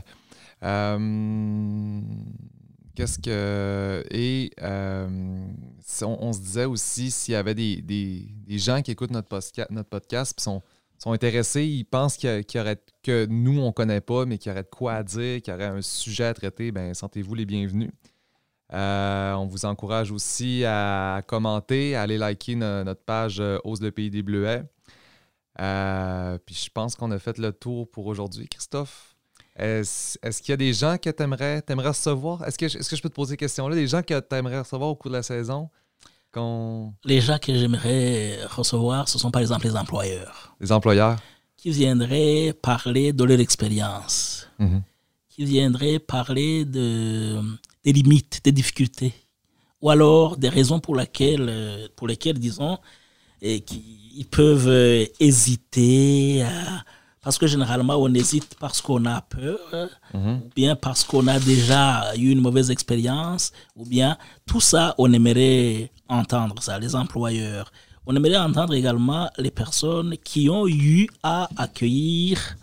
Qu'est-ce que... Et on se disait aussi, s'il y avait des gens qui écoutent notre podcast et sont intéressés, ils pensent que nous, on ne connaît pas, mais qu'il y aurait de quoi à dire, qu'il y aurait un sujet à traiter, bien, sentez-vous les bienvenus. On vous encourage aussi à commenter, à aller liker notre page Ose le pays des Bleuets. Puis je pense qu'on a fait le tour pour aujourd'hui, Christophe. Est-ce qu'il y a des gens que tu aimerais recevoir? Est-ce que je peux te poser cette question-là? Des gens que tu aimerais recevoir au cours de la saison? Les gens que j'aimerais recevoir, ce sont par exemple les employeurs. Les employeurs? Qui viendraient parler de leur expérience. Qui viendraient parler des limites, des difficultés. Ou alors des raisons pour lesquelles disons, ils peuvent hésiter parce que généralement on hésite parce qu'on a peur, ou bien parce qu'on a déjà eu une mauvaise expérience, ou bien tout ça on aimerait entendre ça, les employeurs. On aimerait entendre également les personnes qui ont eu à accueillir.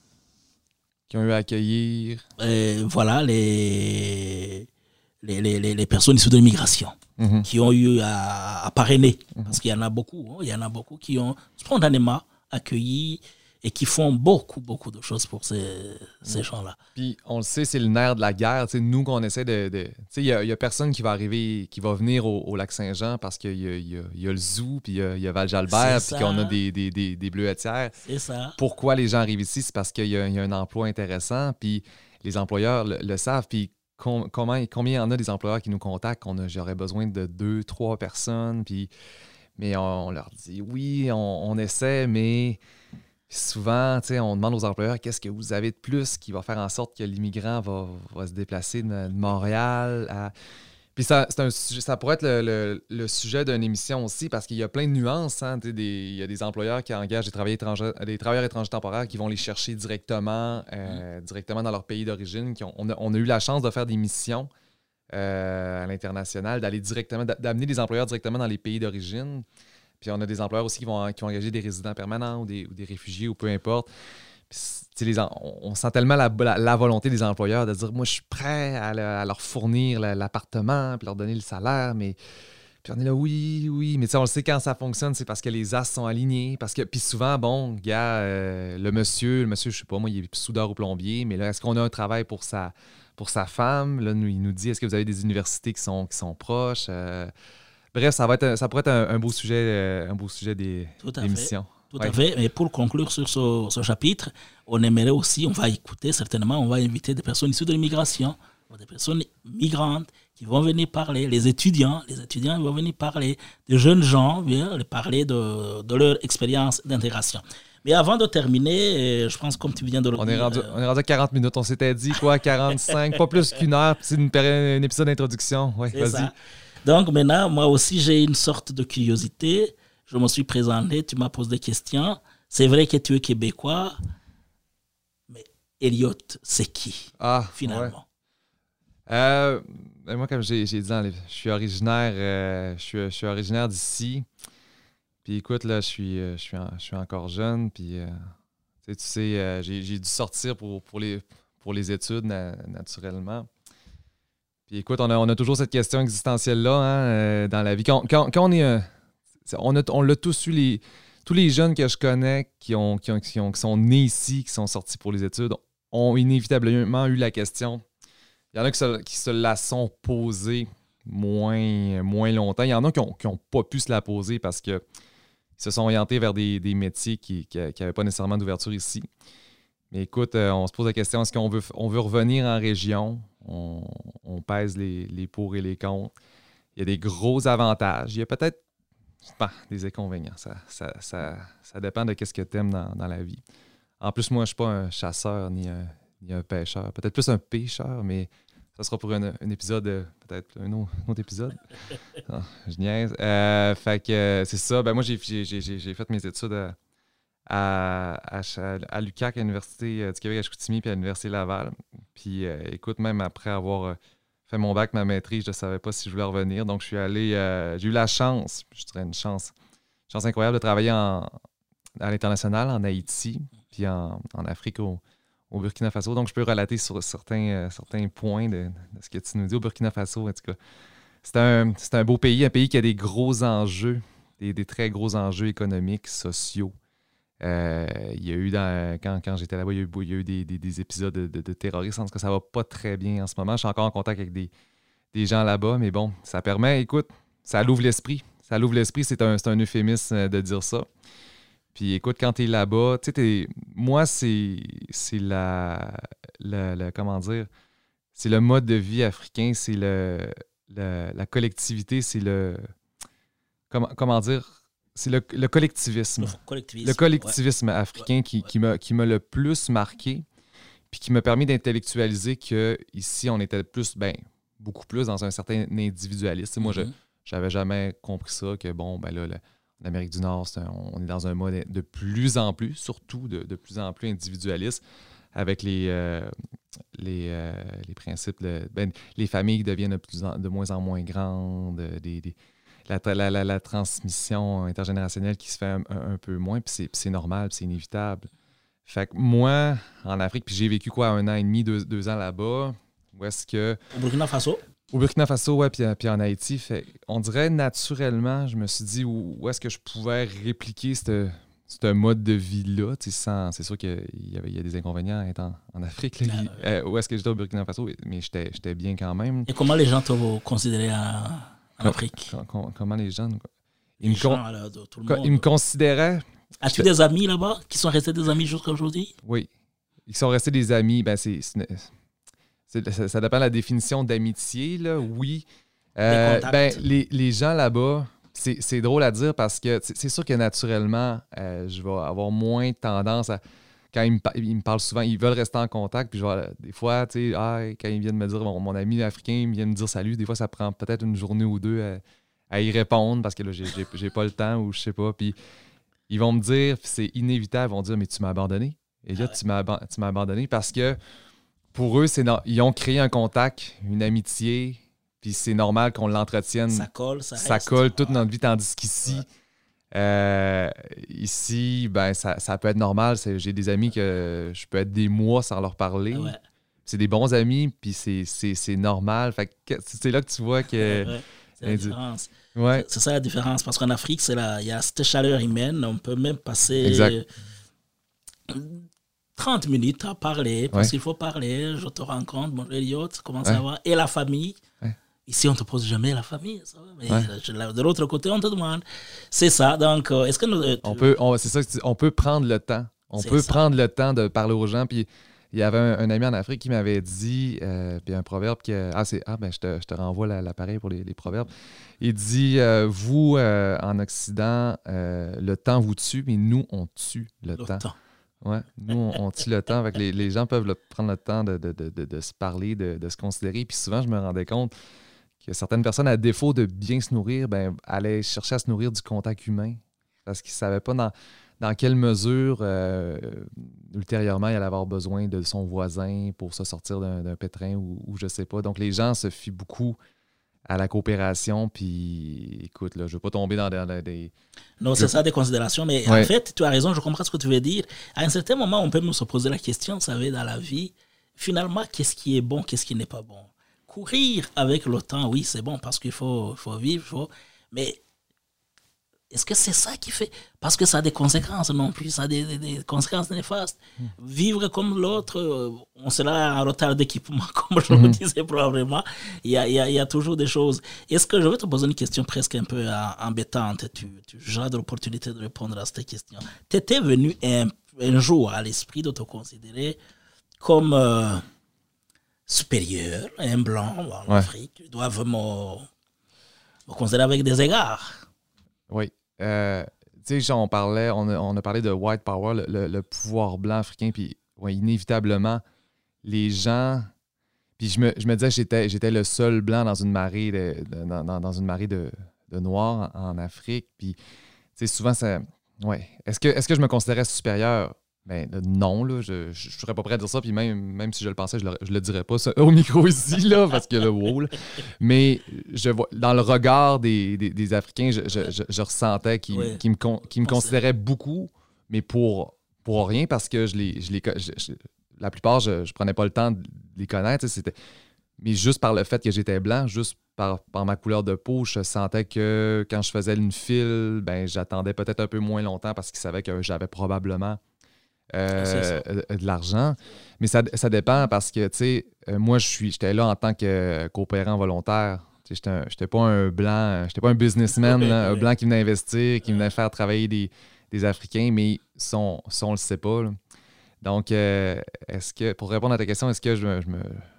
Voilà, les personnes issues de l'immigration. Qui ont eu à parrainer, parce qu'il y en a beaucoup, qui ont spontanément accueilli et qui font beaucoup de choses pour ces gens-là. Puis on le sait, c'est le nerf de la guerre. T'sais, nous, qu'on essaie il y a personne qui va arriver, qui va venir au Lac-Saint-Jean parce qu'il y a le zoo, puis il y a Val-Jalbert, puis qu'on a des bleuetières. C'est ça. Pourquoi les gens arrivent ici? C'est parce qu'il y a un emploi intéressant, puis les employeurs le savent, puis combien il y en a des employeurs qui nous contactent, j'aurais besoin de 2-3 personnes, mais on leur dit oui, on essaie, mais Puis souvent, on demande aux employeurs qu'est-ce que vous avez de plus qui va faire en sorte que l'immigrant va se déplacer de Montréal à... Puis ça pourrait être le sujet d'une émission aussi, parce qu'il y a plein de nuances. Hein, il y a des employeurs qui engagent des travailleurs étrangers temporaires qui vont les chercher directement dans leur pays d'origine. On a eu la chance de faire des missions à l'international, d'amener des employeurs directement dans les pays d'origine. Puis on a des employeurs aussi qui vont engager des résidents permanents ou des réfugiés ou peu importe. On sent tellement la volonté des employeurs de dire « Moi, je suis prêt à leur fournir l'appartement puis leur donner le salaire. » Mais puis on est là « Oui. » Mais on le sait quand ça fonctionne, c'est parce que les as sont alignés. Puis souvent, bon, gars, le monsieur, je sais pas, moi, il est soudeur ou plombier. Mais là, est-ce qu'on a un travail pour sa femme? Là, il nous dit « Est-ce que vous avez des universités qui sont proches? » Bref, ça pourrait être un beau sujet d'émission. Tout à fait. Mais pour conclure sur ce chapitre, on aimerait aussi, on va inviter des personnes issues de l'immigration, des personnes migrantes qui vont venir parler, les étudiants vont venir parler, des jeunes gens viennent parler de leur expérience d'intégration. Mais avant de terminer, je pense comme tu viens de le dire... On est rendu à 40 minutes, on s'était dit 45, pas plus qu'une heure, c'est un épisode d'introduction. Ouais, vas-y. Ça. Donc maintenant, moi aussi, j'ai une sorte de curiosité. Je me suis présenté, tu m'as posé des questions. C'est vrai que tu es québécois, mais Elliot, c'est qui, finalement? Ouais. Moi, comme j'ai dit, je suis originaire d'ici. Puis écoute, là, je suis encore jeune. Puis tu sais, j'ai dû sortir pour les études, naturellement. Puis écoute, on a toujours cette question existentielle-là dans la vie. Quand on est... on l'a tous eu, tous les jeunes que je connais qui sont nés ici, qui sont sortis pour les études, ont inévitablement eu la question. Il y en a qui se la sont posée moins longtemps. Il y en a qui n'ont pas pu se la poser parce qu'ils se sont orientés vers des métiers qui n'avaient pas nécessairement d'ouverture ici. Mais écoute, on se pose la question, est-ce qu'on veut revenir en région? On pèse les pour et les contre. Il y a des gros avantages. Il y a peut-être des inconvénients. Ça dépend de ce que tu aimes dans la vie. En plus, moi, je ne suis pas un chasseur ni un pêcheur. Peut-être plus un pêcheur, mais ça sera pour un épisode, peut-être un autre épisode. Non, je niaise. Fait que c'est ça. Ben moi, j'ai fait mes études à l'UQAC, à l'Université du Québec à Chicoutimi, puis à l'Université Laval. Puis écoute, même après avoir fait mon bac, ma maîtrise, je ne savais pas si je voulais revenir. Donc, je suis allé... j'ai eu la chance, je dirais une chance incroyable de travailler à l'international, en Haïti, puis en Afrique, au Burkina Faso. Donc, je peux relater sur certains points de ce que tu nous dis au Burkina Faso. En tout cas, c'est un beau pays, un pays qui a des gros enjeux, des très gros enjeux économiques, sociaux. Il y a eu, quand j'étais là-bas, il y a eu des épisodes de terrorisme. En tout cas, ça va pas très bien en ce moment. Je suis encore en contact avec des gens là-bas, mais bon, ça permet, écoute, ça l'ouvre l'esprit. Ça l'ouvre l'esprit, c'est un euphémisme de dire ça. Puis écoute, quand tu es là-bas, tu sais, moi, c'est comment dire, c'est le mode de vie africain, c'est la collectivité, c'est comment dire, c'est le collectivisme. Le collectivisme africain qui m'a le plus marqué, puis qui m'a permis d'intellectualiser qu'ici, on était beaucoup plus dans un certain individualisme. Moi, j'avais jamais compris ça, que bon, ben là, l'Amérique du Nord, on est dans un mode de plus en plus, surtout de plus en plus individualiste, avec les principes, les familles deviennent de moins en moins grandes, la transmission intergénérationnelle qui se fait un peu moins, puis c'est normal, puis c'est inévitable. Fait que moi, en Afrique, puis j'ai vécu 1 an et demi, 2 ans là-bas, où est-ce que... Au Burkina Faso? Au Burkina Faso, oui, puis en Haïti. Fait, on dirait naturellement, je me suis dit où est-ce que je pouvais répliquer ce mode de vie-là. C'est sûr qu'il y a des inconvénients à être en Afrique. Où est-ce que j'étais au Burkina Faso, mais j'étais bien quand même. Et comment les gens t'ont considéré en Afrique? Comment les gens... Ils me considéraient... As-tu des amis là-bas qui sont restés des amis jusqu'à aujourd'hui? Oui. Ils sont restés des amis. Ça dépend de la définition d'amitié, là. Oui. Les gens là-bas, C'est drôle à dire parce que c'est sûr que naturellement, je vais avoir moins tendance à... Quand ils me parlent souvent, ils veulent rester en contact. Puis des fois, tu sais, quand ils viennent me dire, mon ami africain, il vient me dire salut, des fois, ça prend peut-être une journée ou deux à y répondre parce que là, j'ai pas le temps ou je sais pas. Puis ils vont me dire, c'est inévitable, ils vont dire, mais tu m'as abandonné. Et là, tu m'as abandonné parce que pour eux, ils ont créé un contact, une amitié, puis c'est normal qu'on l'entretienne. Ça colle, ça colle toute notre vie, tandis qu'ici, ici, ben ça peut être normal. J'ai des amis que je peux être des mois sans leur parler. Ouais. C'est des bons amis, puis c'est normal. Fait que c'est là que tu vois que... Ouais, c'est la différence. Ouais. C'est ça la différence, parce qu'en Afrique, il y a cette chaleur humaine. On peut même passer... Exact. 30 minutes à parler, parce qu'il faut parler, je te rencontre, bonjour Elliot, comment ça va? Et la famille. Ici, on ne te pose jamais la famille. Ça va, mais de l'autre côté, on te demande. C'est ça. Donc, est-ce que c'est ça que on peut prendre le temps. On peut prendre le temps de parler aux gens. Puis il y avait un ami en Afrique qui m'avait dit, puis un proverbe que... je te renvoie l'appareil pour les proverbes. Il dit, vous, en Occident, le temps vous tue, mais nous, on tue le temps. Ouais, nous, on tue le temps. Avec les gens peuvent prendre le temps de se parler, de se considérer. Puis souvent, je me rendais compte que certaines personnes, à défaut de bien se nourrir, allaient chercher à se nourrir du contact humain parce qu'ils ne savaient pas dans quelle mesure, ultérieurement, il allait avoir besoin de son voisin pour se sortir d'un pétrin ou je ne sais pas. Donc, les gens se fient beaucoup à la coopération, puis écoute, là, je ne veux pas tomber dans des... Non, c'est ça, des considérations, mais en fait, tu as raison, je comprends ce que tu veux dire. À un certain moment, on peut nous se poser la question, vous savez, dans la vie, finalement, qu'est-ce qui est bon, qu'est-ce qui n'est pas bon? Courir avec le temps, oui, c'est bon, parce qu'il faut vivre, mais est-ce que c'est ça qui fait? Parce que ça a des conséquences non plus, ça a des conséquences néfastes. Vivre comme l'autre, on sera en retard d'équipement, comme je le disais probablement. Il y a toujours des choses. Est-ce que je vais te poser une question presque un peu embêtante? Tu as de l'opportunité de répondre à cette question. T'étais venu un jour à l'esprit de te considérer comme supérieur, un blanc en Afrique. Tu dois me considérer avec des égards. Oui. Tu sais, on a parlé de white power, le pouvoir blanc africain, puis inévitablement, les gens... Puis je me disais que j'étais le seul blanc dans une marée dans une marée de noirs en Afrique, puis tu sais, souvent, ça... Ouais. Est-ce que je me considérais supérieur? Ben non, là, je serais pas prêt à dire ça, puis même si je le pensais, je le dirais pas ça, au micro ici, là, parce que le wow, là. Mais je vois, dans le regard des Africains, je ressentais qu'ils me considéraient beaucoup, mais pour rien, parce que la plupart, je prenais pas le temps de les connaître, mais juste par le fait que j'étais blanc, juste par ma couleur de peau, je sentais que quand je faisais une file, ben j'attendais peut-être un peu moins longtemps parce qu'ils savaient que j'avais probablement de l'argent. Mais ça dépend parce que, tu sais, moi, j'étais là en tant que coopérant volontaire. Tu sais, j'étais pas un blanc, j'étais pas un businessman, un blanc qui venait investir, qui venait faire travailler des Africains, mais ça, on le sait pas. Là. Donc, est-ce que, pour répondre à ta question, est-ce que je me...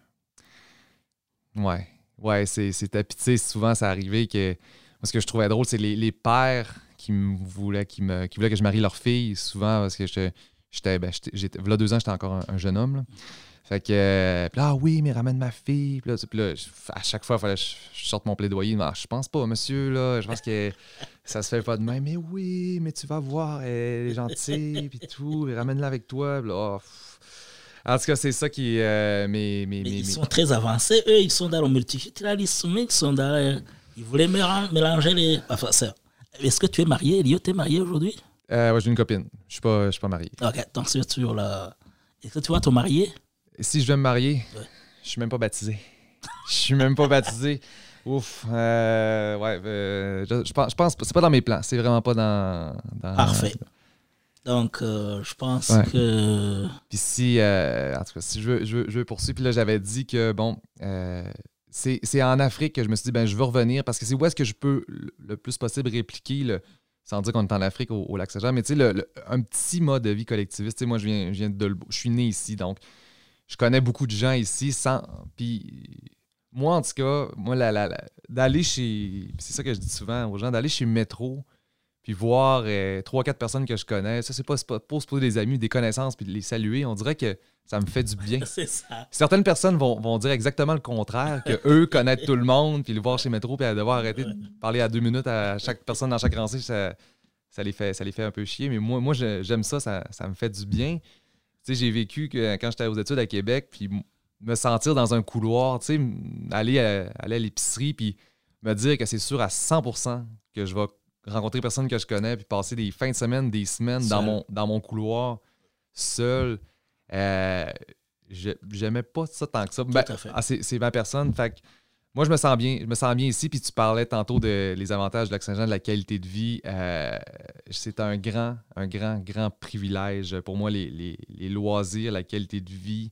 Ouais, c'était pitié. Souvent, ça arrivait que... Moi, ce que je trouvais drôle, c'est les pères qui voulaient que je marie leur fille, souvent, parce que là, 2 ans, j'étais encore un jeune homme. Là. Fait que, oui, mais ramène ma fille. Puis là, à chaque fois, il fallait que je sorte mon plaidoyer. Je pense pas, monsieur, là. Je pense que ça se fait pas de même. Mais oui, mais tu vas voir, elle est gentille, puis tout. Ramène-la avec toi. Puis là, en tout cas, c'est ça qui... ils sont très avancés. Eux, ils sont dans le multiculturalisme. Ils voulaient mélanger les... Enfin, est-ce que tu es marié, Elliot? Tu es marié aujourd'hui? Ouais, j'ai une copine. Je suis pas marié. OK, donc c'est toujours là. Est-ce que tu vas te marier? Si je vais me marier, je suis même pas baptisé. Je suis même pas baptisé. Ouf. Je pense c'est pas dans mes plans. C'est vraiment pas dans... Parfait. Donc, je pense que... Puis si... en tout cas, si je veux poursuivre, puis là, j'avais dit que, bon... c'est en Afrique que je me suis dit, je veux revenir parce que c'est où est-ce que je peux le plus possible répliquer sans dire qu'on est en Afrique, au Lac-Saint-Jean, mais tu sais, un petit mode de vie collectiviste. Tu sais, moi, je suis né ici, donc je connais beaucoup de gens ici. Puis moi, en tout cas, moi, d'aller chez... C'est ça que je dis souvent aux gens, d'aller chez Métro, puis voir 3-4 personnes que je connais, ça, c'est pas pour se poser des amis, des connaissances, puis de les saluer. On dirait que ça me fait du bien. C'est ça. Certaines personnes vont dire exactement le contraire, que eux connaissent tout le monde, puis le voir chez Métro, puis devoir arrêter de parler à 2 minutes à chaque personne dans chaque rangée, ça les fait un peu chier. Mais moi j'aime ça, ça me fait du bien. Tu sais, j'ai vécu quand j'étais aux études à Québec, puis me sentir dans un couloir, tu sais, aller à l'épicerie, puis me dire que c'est sûr à 100% que je vais rencontrer personne que je connais, puis passer des fins de semaine, des semaines dans mon couloir, seul. J'aimais pas ça tant que ça. C'est ma personne. Fait que moi, je me sens bien ici. Puis tu parlais tantôt des avantages de Lac-Saint-Jean, de la qualité de vie. C'est un grand privilège pour moi, les loisirs, la qualité de vie,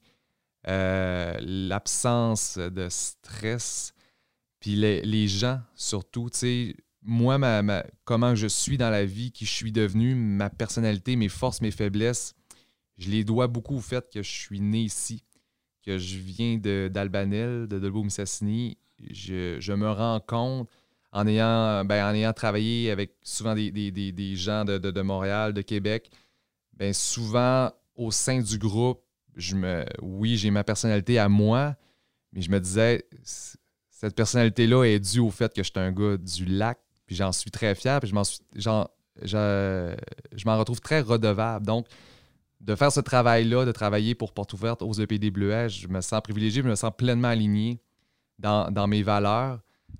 l'absence de stress, puis les gens surtout, tu sais. Moi, comment je suis dans la vie, qui je suis devenu, ma personnalité, mes forces, mes faiblesses, je les dois beaucoup au fait que je suis né ici, que je viens d'Albanel, de Dolbeau-Mistassini. Je me rends compte, en ayant travaillé avec souvent des gens de Montréal, de Québec, bien souvent, au sein du groupe, oui, j'ai ma personnalité à moi, mais je me disais, cette personnalité-là est due au fait que je suis un gars du lac, puis j'en suis très fier, puis je m'en retrouve très redevable. Donc, de faire ce travail-là, de travailler pour Porte Ouverte aux EPD Bleuets, je me sens privilégié, je me sens pleinement aligné dans mes valeurs.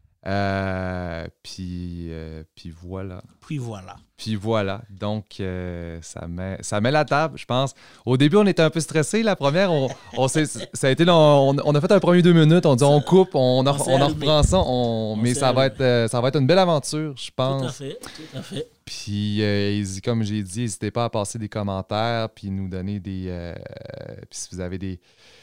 Puis voilà. Puis voilà. Donc, ça met la table, je pense. Au début, on était un peu stressés. La première, ça a été on a fait un premier 2 minutes. On dit on coupe, on en reprend ça. Mais ça va être une belle aventure, je pense. Tout à fait. Puis, comme j'ai dit, n'hésitez pas à passer des commentaires puis nous donner des... puis si vous avez des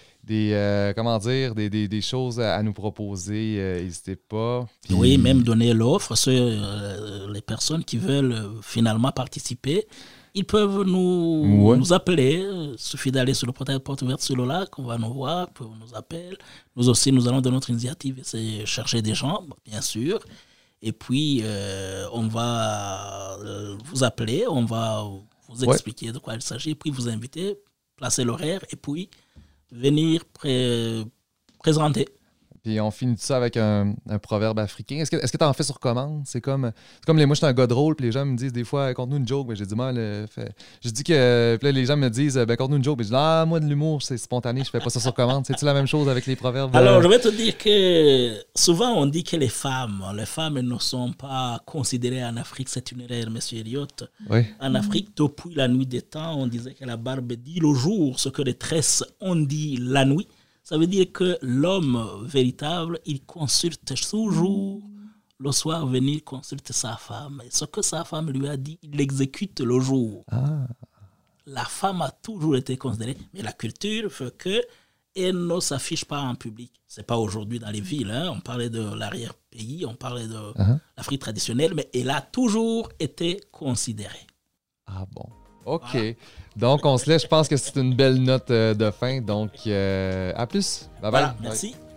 choses à nous proposer, n'hésitez pas. Puis... Oui, même donner l'offre. Les personnes qui veulent finalement participer, ils peuvent nous appeler. Il suffit d'aller sur le portail Porte Ouverte sur le lac, on va nous voir, ils peuvent nous appeler. Nous aussi, nous allons de notre initiative essayer de chercher des gens, bien sûr. Et puis, on va vous appeler, on va vous expliquer de quoi il s'agit, puis vous inviter, placer l'horaire, et puis venir présenter. Puis on finit tout ça avec un proverbe africain. Est-ce que tu en fais sur commande? C'est comme moi, je suis un gars drôle, puis les gens me disent des fois, conte-nous une joke. Mais j'ai dit, je dis que puis là, les gens me disent, conte-nous une joke. Mais je dis, moi, de l'humour, c'est spontané, je fais pas ça sur commande. C'est-tu la même chose avec les proverbes? Alors, je vais te dire que souvent, on dit que les femmes ne sont pas considérées en Afrique. C'est une erreur, monsieur Elliott. Oui. En Afrique, depuis la nuit des temps, on disait que la barbe dit le jour ce que les tresses ont dit la nuit. Ça veut dire que l'homme véritable, il consulte toujours le soir, venir consulter sa femme. Et ce que sa femme lui a dit, il l'exécute le jour. Ah. La femme a toujours été considérée, mais la culture fait qu'elle ne s'affiche pas en public. Ce n'est pas aujourd'hui dans les villes. On parlait de l'arrière-pays, on parlait de l'Afrique traditionnelle, mais elle a toujours été considérée. Ah bon. OK. Voilà. Donc, on se laisse. Je pense que c'est une belle note de fin. Donc, à plus. Bye bye. Voilà, merci.